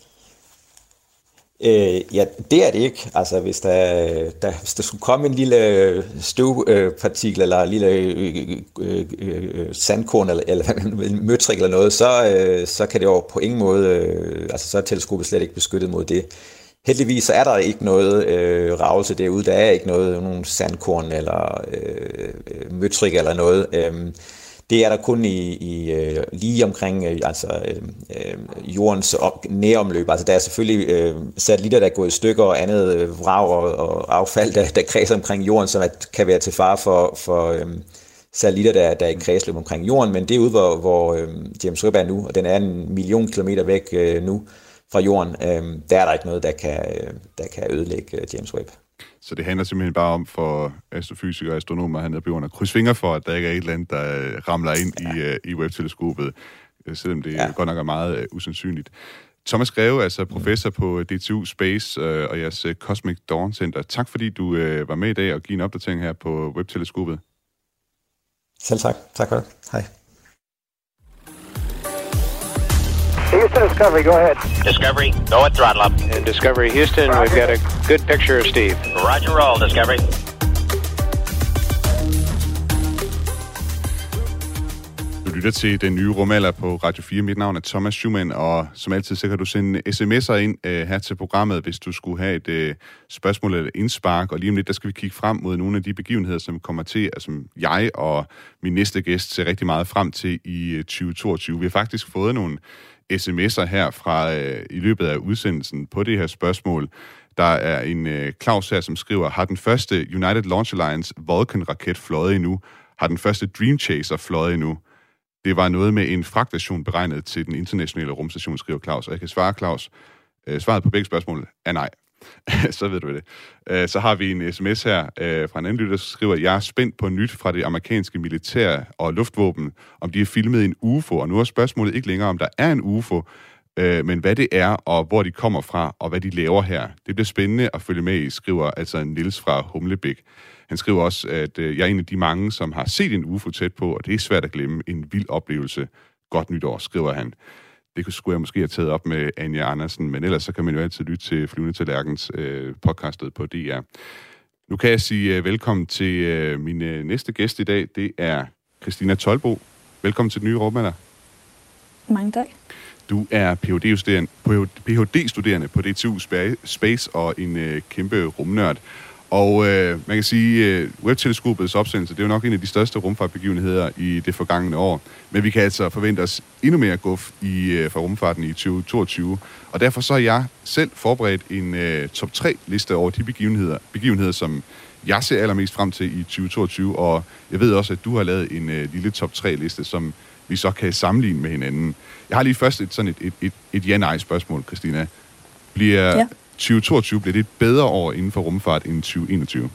Øh, ja, det er det ikke. Altså, hvis der, der, hvis der skulle komme en lille støvpartikel, eller en lille øh, øh, øh, sandkorn, eller, eller en møtrik eller noget, så, øh, så kan det jo på ingen måde, øh, altså så er teleskopet slet ikke beskyttet mod det. Heldigvis så er der ikke noget øh, ravelse derude. Der er ikke noget, nogen sandkorn, eller øh, møtrik eller noget. Øh, Det er der kun i, i øh, lige omkring øh, altså, øh, jordens op, næromløb. Altså der er selvfølgelig øh, satellitter, der er gået i stykker og andet øh, vrag og, og affald, der, der kredser omkring jorden, som at, kan være til fare for, for øh, satellitter, der, der er i kredsløb omkring jorden. Men det er ude, hvor, hvor øh, James Webb er nu, og den er en million kilometer væk øh, nu fra jorden. Øh, der er der ikke noget, der kan, der kan ødelægge øh, James Webb. Så det handler simpelthen bare om for astrofysikere og astronomer hernede på jorden at krydse fingre for, at der ikke er et eller andet, der ramler ind ja. i, uh, i Webb-teleskopet, selvom det ja. godt nok er meget uh, usandsynligt. Thomas Greve, altså professor på D T U Space uh, og jeres uh, Cosmic Dawn Center. Tak fordi du uh, var med i dag og giver en opdatering her på Webb-teleskopet. Selv tak. Tak for det. Hej. Houston, Discovery, go ahead. Discovery, go at throttle up. And Discovery Houston, Roger. We've got a good picture of Steve. Roger, roll, Discovery. Du lytter til den nye rumalder på Radio fire. Mit navn er Thomas Schumann, og som altid, så kan du sende sms'er ind uh, her til programmet, hvis du skulle have et uh, spørgsmål eller indspark. Og lige om lidt, der skal vi kigge frem mod nogle af de begivenheder, som kommer til, altså jeg og min næste gæst ser rigtig meget frem til i uh, tyve toogtyve. Vi har faktisk fået nogle sms'er her fra uh, i løbet af udsendelsen på det her spørgsmål. Der er en uh, Claus her, som skriver, har den første United Launch Alliance Vulcan-raket fløjet endnu? Har den første Dream Chaser fløjet endnu? Det var noget med en fragtstation beregnet til den internationale rumstation, skriver Claus. Og jeg kan svare, Claus, øh, svaret på begge spørgsmål er nej. Så ved du det. Øh, så har vi en sms her øh, fra en anden lytter, der skriver, jeg er spændt på nyt fra det amerikanske militær og luftvåben, om de har filmet en U F O. Og nu er spørgsmålet ikke længere, om der er en U F O, øh, men hvad det er, og hvor de kommer fra, og hvad de laver her. Det bliver spændende at følge med i, skriver altså Niels fra Humlebæk. Han skriver også, at øh, jeg er en af de mange, som har set en U F O tæt på, og det er svært at glemme. En vild oplevelse. Godt nytår, skriver han. Det skulle jeg måske have taget op med Anja Andersen, men ellers så kan man jo altid lytte til Flyvende Tallerkens øh, podcastet på D R. Nu kan jeg sige øh, velkommen til øh, min øh, næste gæst i dag. Det er Christina Tolbo. Velkommen til den nye Rummelder. Mange tak. Du er P H D-studerende på D T U Space og en øh, kæmpe rumnørd. Og øh, man kan sige, at øh, Webb-teleskopets opsendelse, det er jo nok en af de største rumfartbegivenheder i det forgangne år. Men vi kan altså forvente os endnu mere guf i, øh, for rumfarten i tyve toogtyve. Og derfor så har jeg selv forberedt en øh, top tre liste over de begivenheder, begivenheder, som jeg ser allermest frem til i tyve toogtyve. Og jeg ved også, at du har lavet en øh, lille top tre liste, som vi så kan sammenligne med hinanden. Jeg har lige først et, sådan et, et, et, et ja-nej-spørgsmål, Christina. Bliver... Ja. tyve toogtyve bliver det et bedre år inden for rumfart end tyve enogtyve?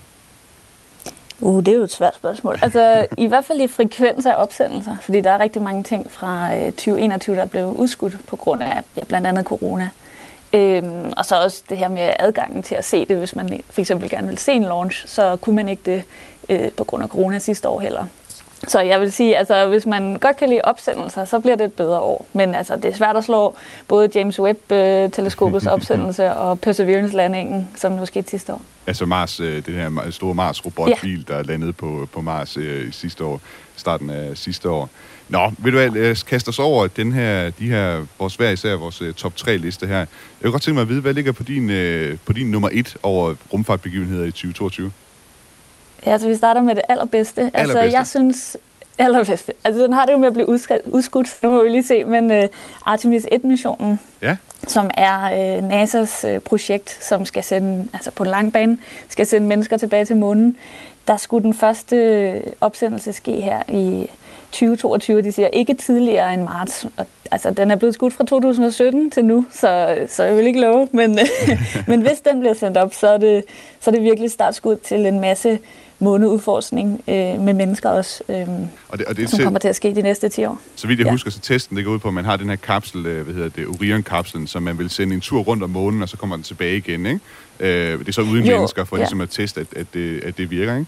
Uh, det er jo et svært spørgsmål. Altså, i hvert fald i frekvens af opsendelser, fordi der er rigtig mange ting fra øh, tyve enogtyve, der er blevet udskudt på grund af ja, blandt andet corona. Øhm, og så også det her med adgangen til at se det, hvis man for eksempel gerne vil se en launch, så kunne man ikke det øh, på grund af corona sidste år heller. Så jeg vil sige, altså hvis man godt kan lide opsendelser, så bliver det et bedre år. Men altså, det er svært at slå både James Webb-teleskopets opsendelse og Perseverance-landingen, som nu skete sidste år. Altså Mars, det her store Mars-robotbil, ja. Der landede på, på Mars øh, sidste år, starten af sidste år. Nå, vil du hvad, kaste os over den her, de her, vores hver især, vores uh, top tre liste her. Jeg vil godt tænke mig at vide, hvad ligger på din, uh, på din nummer et over rumfartbegivenheder i tyve toogtyve? Ja, så vi starter med det allerbedste. allerbedste. Altså, jeg synes... Allerbedste. Altså, den har det jo med at blive udskudt, nu må vi lige se, men uh, Artemis et-missionen, ja. som er uh, N A S A's uh, projekt, som skal sende, altså på en lang bane, skal sende mennesker tilbage til månen. Der skulle den første opsendelse ske her i tyve toogtyve. De siger ikke tidligere end marts. Og, altså, den er blevet skudt fra to tusind sytten til nu, så, så jeg vil ikke love. Men, men hvis den bliver sendt op, så er det, så er det virkelig startskud til en masse måneudforskning øh, med mennesker også, øh, og det, og det som til, kommer til at ske de næste ti år. Så vidt jeg ja. husker, så testen det går ud på, at man har den her kapsel, hvad hedder det, Orion-kapslen, som man vil sende en tur rundt om månen, og så kommer den tilbage igen, ikke? Øh, det er så uden jo, mennesker, for ja. ligesom at teste, at, at, det, at det virker, ikke?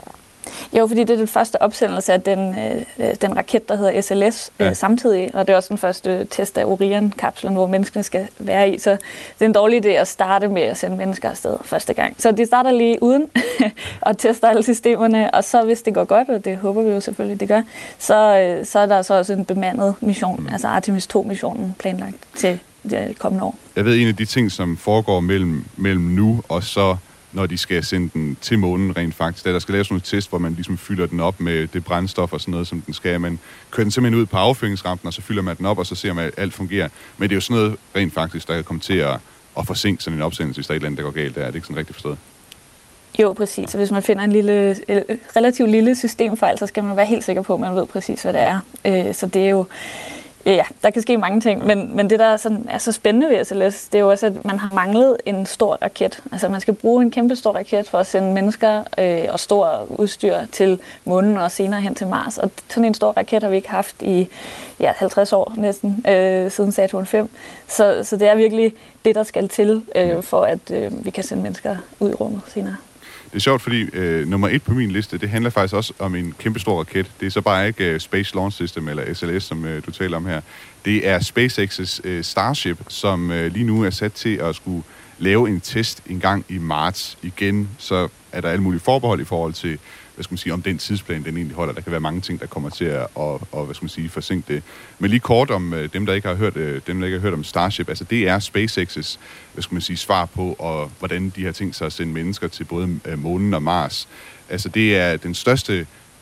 Jo, fordi det er den første opsendelse af den, øh, den raket, der hedder S L S, ja. øh, samtidig, og det er også den første test af Orion-kapslen, hvor menneskene skal være i, så det er en dårlig idé at starte med at sende mennesker afsted første gang. Så de starter lige uden og tester alle systemerne, og så hvis det går godt, og det håber vi jo selvfølgelig, det gør, så, øh, så er der så også en bemandet mission, mm. altså Artemis to-missionen planlagt til det kommende år. Jeg ved, en af de ting, som foregår mellem, mellem nu og så når de skal sende den til månen rent faktisk. Der skal laves sådan et test, hvor man ligesom fylder den op med det brændstof og sådan noget, som den skal. Man kører den simpelthen ud på affyringsrampen, og så fylder man den op, og så ser man, at alt fungerer. Men det er jo sådan noget rent faktisk, der kan komme til at, at forsinke sådan en opsendelse, hvis der er et eller andet, der går galt. Der er det ikke sådan rigtigt forstået? Jo, præcis. Så hvis man finder en lille, relativt lille systemfejl, så skal man være helt sikker på, at man ved præcis, hvad det er. Så det er jo... Ja, der kan ske mange ting, men, men det, der er, sådan, er så spændende ved S L S, det er jo også, at man har manglet en stor raket. Altså, man skal bruge en kæmpe stor raket for at sende mennesker øh, og stor udstyr til månen og senere hen til Mars. Og sådan en stor raket har vi ikke haft i ja, halvtreds år næsten, øh, siden Saturn fem. Så, så det er virkelig det, der skal til, øh, for at øh, vi kan sende mennesker ud i rummet senere. Det er sjovt, fordi øh, nummer et på min liste, det handler faktisk også om en kæmpestor raket. Det er så bare ikke uh, Space Launch System, eller S L S, som uh, du taler om her. Det er SpaceX's uh, Starship, som uh, lige nu er sat til at skulle lave en test en gang i marts. Igen, så er der alle mulige forbehold i forhold til, hvad skal man sige, om den tidsplan, den egentlig holder. Der kan være mange ting, der kommer til at og, og, hvad skal man sige, forsinke det. Men lige kort om uh, dem, der ikke har hørt, uh, dem, der ikke har hørt om Starship. Altså, det er SpaceX's, hvad skal man sige, svar på, og hvordan de har tænkt sig at sende mennesker til både uh, månen og Mars. Altså, det er den største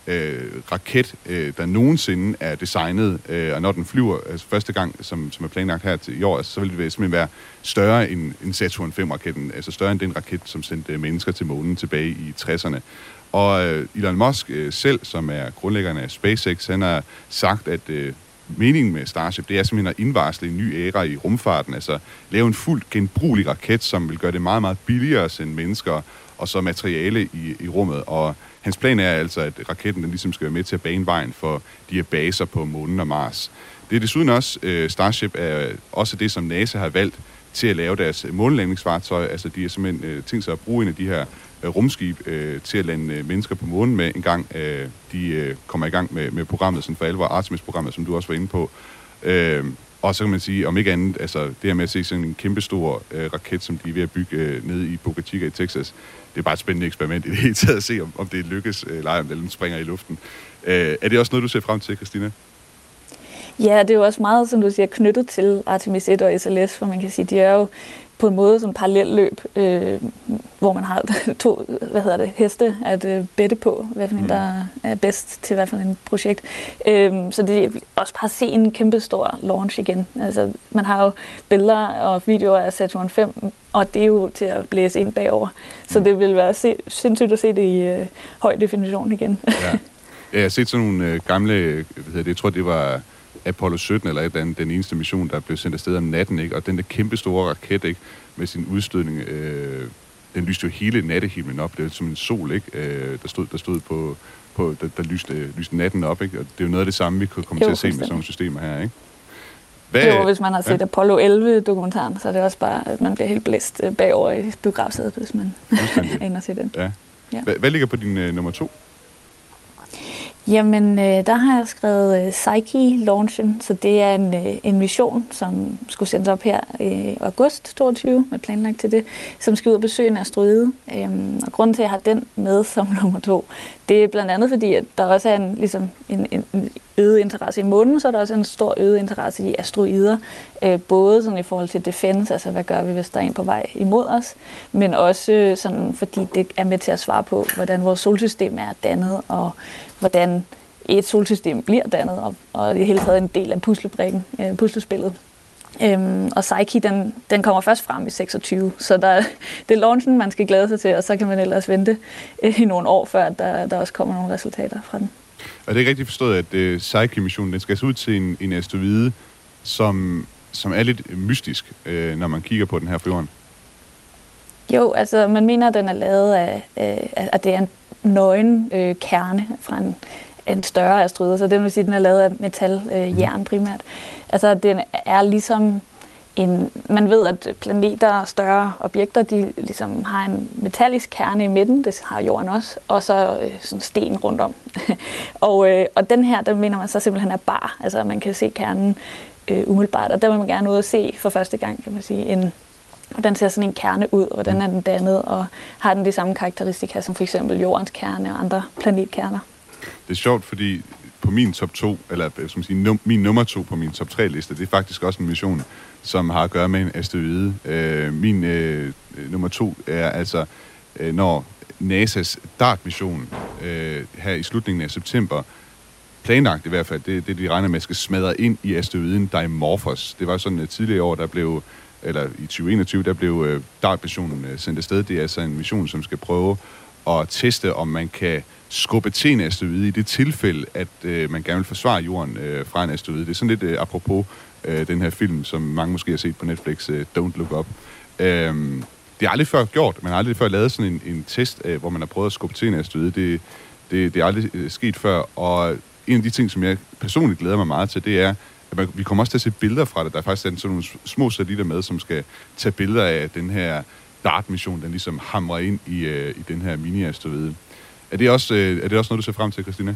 øh, raket, øh, der nogensinde er designet, øh, og når den flyver altså første gang, som, som er planlagt her til i år, altså, så vil det simpelthen være større end, end Saturn fem-raketten, altså større end den raket, som sendte mennesker til månen tilbage i tresserne. Og øh, Elon Musk øh, selv, som er grundlæggeren af SpaceX, han har sagt, at øh, meningen med Starship, det er simpelthen at indvarsle en ny æra i rumfarten, altså lave en fuldt genbrugelig raket, som vil gøre det meget, meget billigere at sende mennesker og så materiale i, i rummet. Og hans plan er altså, at raketten den ligesom skal være med til at bane vejen for de her baser på månen og Mars. Det er desuden også, øh, Starship er også det, som NASA har valgt til at lave deres månelandingsfartøj. Altså de er simpelthen øh, tænkt sig at bruge en af de her øh, rumskib øh, til at lande øh, mennesker på månen med en gang øh, de øh, kommer i gang med, med programmet, sådan for alvor, Artemis-programmet, som du også var inde på. Øh, og så kan man sige, om ikke andet, altså det her med at se sådan en kæmpestor øh, raket, som de er ved at bygge øh, nede i Boca Chica i Texas, det er bare et spændende eksperiment i det hele taget at se, om, om det lykkes, eller om den springer i luften. Øh, er det også noget, du ser frem til, Christina? Ja, det er jo også meget, som du siger, knyttet til Artemis et og S L S, for man kan sige, de er jo på en måde som parallelløb, øh, hvor man har to, hvad hedder det, heste at øh, bette på, hvad for en, der er bedst til hvad for en projekt. Øh, så det er også bare at se en kæmpe stor launch igen. Altså, man har jo billeder og videoer af Saturn fem, og det er jo til at blæse ind bagover. Så det vil være se, sindssygt at se det i øh, høj definition igen. Ja. Jeg har set sådan nogle øh, gamle, hvad hedder det, jeg tror det var Apollo sytten eller et eller andet, den eneste mission, der blev sendt afsted om natten, ikke? Og den der kæmpe store raket, ikke? Med sin udstødning, øh, den lyste jo hele nattehimlen op. Det var som en sol, ikke? Øh, der stod, der stod på, på der, der lyste, lyste natten op, ikke? Og det er jo noget af det samme, vi kunne komme jo, til at se med sådan nogle systemer her, ikke? Hvad, jo, hvis man har set ja. Apollo elleve-dokumentaren, så er det også bare, at man bliver helt blæst bagover i biografsædet, hvis man er inde og se den. Ja. Ja. Hvad, hvad ligger på din uh, nummer to? Jamen, øh, der har jeg skrevet øh, Psyche-launchen, så det er en, øh, en mission, som skulle sendes op her i øh, august toogtyve, med planlagt til det, som skal ud og besøge en asteroide. Øhm, og grunden til, at jeg har den med som nummer to, det er blandt andet fordi, at der også er en, ligesom en, en, en øget interesse i månen, så er der også en stor øget interesse i asteroider, øh, både sådan i forhold til defense, altså hvad gør vi, hvis der er en på vej imod os, men også sådan, fordi det er med til at svare på, hvordan vores solsystem er dannet, og hvordan et solsystem bliver dannet, og, og det er hele taget en del af puslebrikken, øh, puslespillet. Øhm, og Psyche, den, den kommer først frem i seksogtyve, så der, det er launchen, man skal glæde sig til, og så kan man ellers vente øh, i nogle år, før der, der også kommer nogle resultater fra den. Og det er ikke rigtig forstået, at uh, Psyche-missionen, den skal se ud til en, en asteroide, som, som er lidt mystisk, øh, når man kigger på den her fra jorden. Jo, altså man mener, at den er lavet af, øh, at det er en nøgen øh, kerne fra en, en større asteroide, så det vil sige, at den er lavet af metal, øh, jern primært. Altså den er ligesom en, man ved, at planeter og større objekter, de ligesom har en metallisk kerne i midten, det har jorden også, og så øh, sådan sten rundt om. og, øh, og den her, den mener man så simpelthen er bar, altså man kan se kernen øh, umiddelbart, og der vil man gerne ud og se for første gang, kan man sige, en hvordan ser sådan en kerne ud, hvordan er den dannet, og har den de samme karakteristika som for eksempel jordens kerne og andre planetkerner. Det er sjovt, fordi på min top to, eller som sige, num- min nummer to på min top tre liste, det er faktisk også en mission, som har at gøre med en asteroide. Øh, min øh, nummer to er altså, øh, når NASA's DART-mission øh, her i slutningen af september, planlagt i hvert fald, det, det de regner med, skal smadre ind i asteroiden Dimorphos. Det var sådan et tidligere år, der blev eller i tyve enogtyve, der blev øh, DART-missionen øh, sendt afsted. Det er altså en mission, som skal prøve at teste, om man kan skubbe til en asteroide i det tilfælde, at øh, man gerne vil forsvare jorden øh, fra en asteroide. Det er sådan lidt øh, apropos øh, den her film, som mange måske har set på Netflix, øh, Don't Look Up. Øh, det er aldrig før gjort. Man har aldrig før lavet sådan en, en test, øh, hvor man har prøvet at skubbe til en asteroide. Det, det, det er aldrig øh, sket før, og en af de ting, som jeg personligt glæder mig meget til, det er, vi kommer også til at se billeder fra det. Der er faktisk sådan nogle små satellitter med, som skal tage billeder af den her DART-mission, den ligesom hamrer ind i, øh, i den her mini-asteroide. Er det også, øh, er det også noget, du ser frem til, Christina?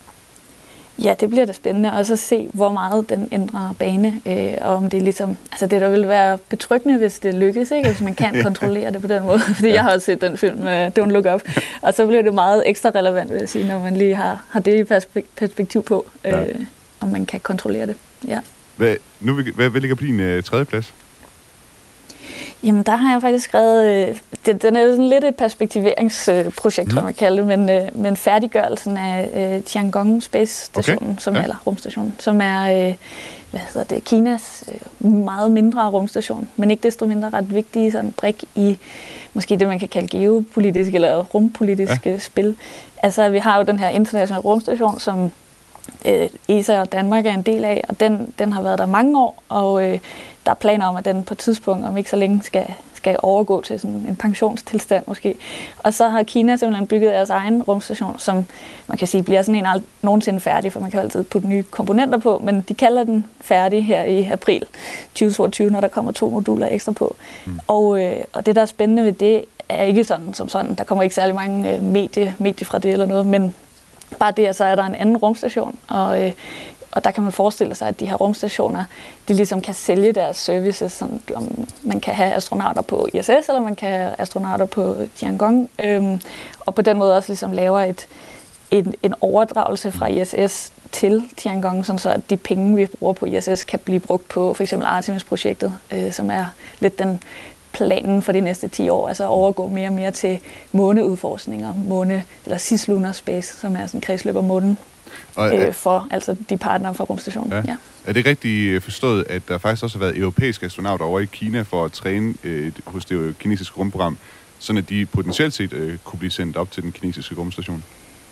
Ja, det bliver da spændende. Og så se, hvor meget den ændrer bane. Øh, og om det ligesom, altså det der vil være betryggende, hvis det lykkes, ikke? Hvis man kan kontrollere det på den måde. Fordi ja. Jeg har også set den film, uh, Don't Look Up. Og så bliver det meget ekstra relevant, vil jeg sige, når man lige har, har det i perspektiv på, øh, ja. Om man kan kontrollere det. Ja. Hvad, nu, hvad, hvad ligger på din uh, tredje plads? Jamen, der har jeg faktisk skrevet, øh, det, den er jo sådan lidt et perspektiveringsprojekt, øh, mm. tror man kalde det, men, øh, men færdiggørelsen af øh, Tiangong Space Stationen, okay. som ja. eller rumstationen, som er øh, hvad hedder det, Kinas øh, meget mindre rumstation, men ikke desto mindre ret vigtige sådan brik i måske det, man kan kalde geopolitisk eller rumpolitiske ja. spil. Altså, vi har jo den her internationale rumstation, som øh, E S A og Danmark er en del af, og den, den har været der mange år, og øh, der er planer om, at den på et tidspunkt, om ikke så længe, skal, skal overgå til sådan en pensionstilstand måske. Og så har Kina simpelthen bygget deres egen rumstation, som man kan sige bliver sådan en ald- nogensinde færdig, for man kan altid putte nye komponenter på, men de kalder den færdig her i april tyve toogtyve, når der kommer to moduler ekstra på. Mm. Og, øh, og det, der er spændende ved det, er ikke sådan som sådan. Der kommer ikke særlig mange øh, medie, medie fra det eller noget, men bare det, at så er der en anden rumstation, og øh, Og der kan man forestille sig, at de her rumstationer, de ligesom kan sælge deres services, sådan, om man kan have astronauter på I S S, eller man kan have astronauter på Tiangong, øhm, og på den måde også ligesom laver et, en, en overdragelse fra I S S til Tiangong, sådan så at de penge, vi bruger på I S S, kan blive brugt på for eksempel Artemis-projektet, øh, som er lidt den planen for de næste ti år, altså overgå mere og mere til måneudforskninger, måne, eller cislunar space, som er sådan kredsløb om månen. Og, øh, for altså de partnere fra rumstationen. Ja. Ja. Er det rigtigt forstået, at der faktisk også har været europæiske astronauter over i Kina for at træne øh, hos det kinesiske rumprogram, sådan at de potentielt set øh, kunne blive sendt op til den kinesiske rumstation?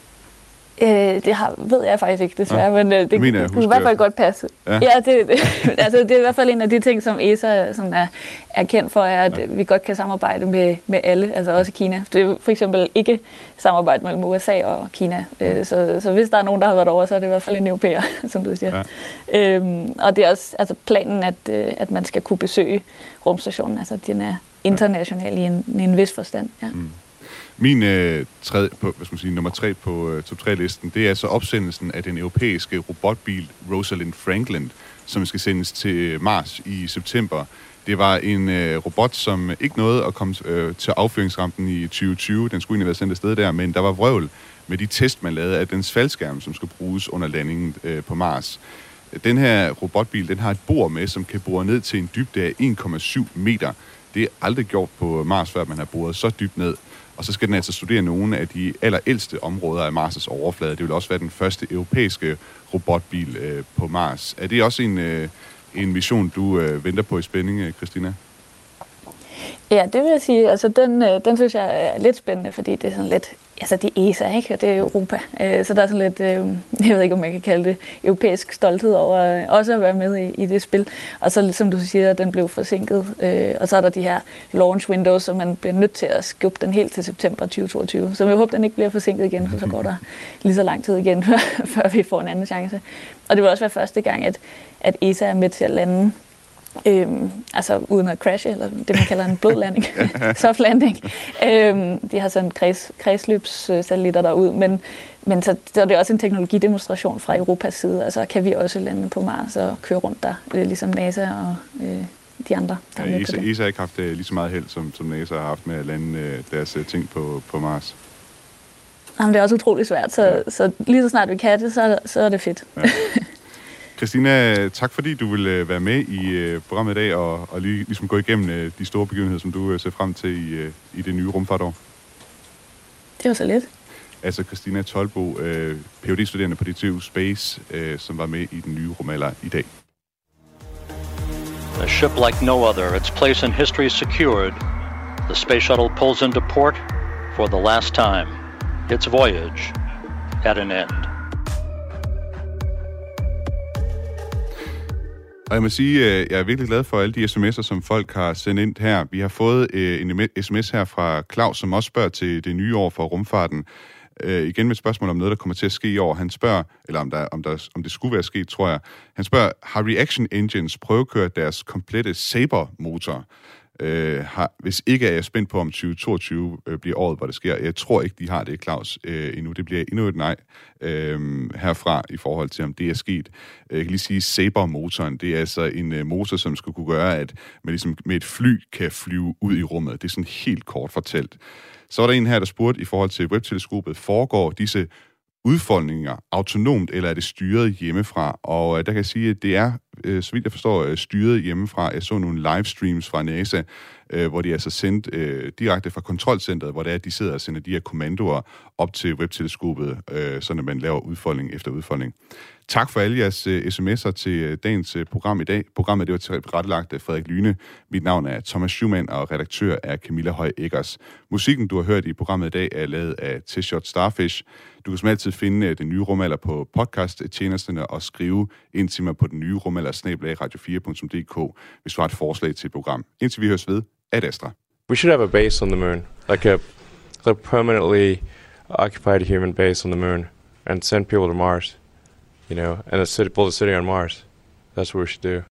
Øh, det har, ved jeg faktisk ikke, desværre, ja. men øh, det mener, kunne i hvert fald godt passe. Ja, ja det, det, altså, det er i hvert fald en af de ting, som E S A sådan er, er kendt for, er, at ja. vi godt kan samarbejde med, med alle, altså også Kina. Det er for eksempel ikke samarbejde mellem U S A og Kina, øh, så, så hvis der er nogen, der har været over, så er det i hvert fald en europæer, som du siger. Ja. Øhm, og det er også altså, planen, at, øh, at man skal kunne besøge rumstationen, altså den er international i en, i en vis forstand. Ja. Mm. Min øh, tredje, på, hvad skal man sige, nummer tre på øh, top tre-listen, det er altså opsendelsen af den europæiske robotbil Rosalind Franklin, som skal sendes til Mars i september. Det var en øh, robot, som ikke nåede at komme øh, til affyringsrampen i tyve tyve. Den skulle egentlig være sendt afsted der, men der var vrøvl med de test, man lavede af dens faldskærm, som skulle bruges under landingen øh, på Mars. Den her robotbil, den har et bord med, som kan bore ned til en dybde af en komma syv meter. Det er aldrig gjort på Mars, før man har boret så dybt ned. Og så skal den altså studere nogle af de allerældste områder af Mars' overflade. Det vil også være den første europæiske robotbil øh, på Mars. Er det også en, øh, en mission, du øh, venter på i spænding, Christina? Ja, det vil jeg sige. Altså, den, øh, den synes jeg er lidt spændende, fordi det er sådan lidt... Altså, det er E S A, ikke? Og det er Europa. Øh, så der er sådan lidt... Øh, jeg ved ikke, om man kan kalde det europæisk stolthed over øh, også at være med i, i det spil. Og så, som du siger, den blev forsinket. Øh, og så er der de her launch windows, så man bliver nødt til at skubbe den helt til september tyve toogtyve. Så jeg håber, den ikke bliver forsinket igen, for så går der lige så lang tid igen, før vi får en anden chance. Og det vil også være første gang, at, at E S A er med til at lande Øhm, altså uden at crashe, eller det man kalder en blød landing, soft landing. Øhm, de har sådan kreds, kredsløbssatellitter derud, men, men så, så er det også en teknologidemonstration fra Europas side, altså kan vi også lande på Mars og køre rundt der, øh, ligesom NASA og øh, de andre, der ja, er med E S A, på det. E S A har ikke haft øh, lige så meget held, som, som NASA har haft med at lande øh, deres øh, ting på, på Mars. Jamen, det er også utroligt svært, så, ja. så lige så snart vi kan det, så, så er det fedt. Ja. Christina, tak fordi du vil være med i uh, programmet i dag og, og lige, ligesom gå igennem uh, de store begivenheder, som du uh, ser frem til i, uh, i det nye rumfartår. Det var så lidt. Altså Christina Tolbo, uh, P H D-studerende på D T U Space, uh, som var med i den nye rumalder i dag. A ship like no other, its place in history secured. The space shuttle pulls into port for the last time. Its voyage at an end. Og jeg må sige, at jeg er virkelig glad for alle de sms'er, som folk har sendt ind her. Vi har fået en sms her fra Claus, som også spørger til det nye år for rumfarten. Øh, igen med et spørgsmål om noget, der kommer til at ske i år. Han spørger, eller om, der, om, der, om det skulle være sket, tror jeg. Han spørger, har Reaction Engines prøvekørt deres komplette Saber-motor? Øh, har, hvis ikke er jeg spændt på, om tyve toogtyve øh, bliver året, hvor det sker. Jeg tror ikke, de har det, Claus, øh, endnu. Det bliver endnu et nej øh, herfra i forhold til, om det er sket. Jeg kan lige sige, Saber-motoren, det er altså en øh, motor, som skulle kunne gøre, at man ligesom med et fly kan flyve ud i rummet. Det er sådan helt kort fortalt. Så var der en her, der spurgte i forhold til webteleskopet, foregår disse udfoldninger autonomt, eller er det styret hjemmefra? Og øh, der kan jeg sige, at det er øh, så vidt jeg forstår, øh, styret hjemmefra. Jeg så nogle livestreams fra NASA, øh, hvor de altså sendt øh, direkte fra kontrolcentret, hvor det er, at de sidder og sender de her kommandoer op til webteleskopet, øh, så når man laver udfoldning efter udfoldning. Tak for alle jeres øh, sms'er til øh, dagens øh, program i dag. Programmet det var tilrettelagt af Frederik Lyne. Mit navn er Thomas Schumann, og redaktør er Camilla Høj Eggers. Musikken, du har hørt i programmet i dag, er lavet af T-Shot Starfish. Du kan som altid finde øh, den nye rumalder på podcast-tjenesterne og skrive ind til mig på den nye rumalder snabel-a radio fire punktum d k, hvis du har et forslag til et program. Indtil vi høres ved, Ad Astra. We should have a base on the moon, like a, like a permanently occupied human base on the moon, and send people to Mars. You know, and a city, build a city on Mars. That's what we should do.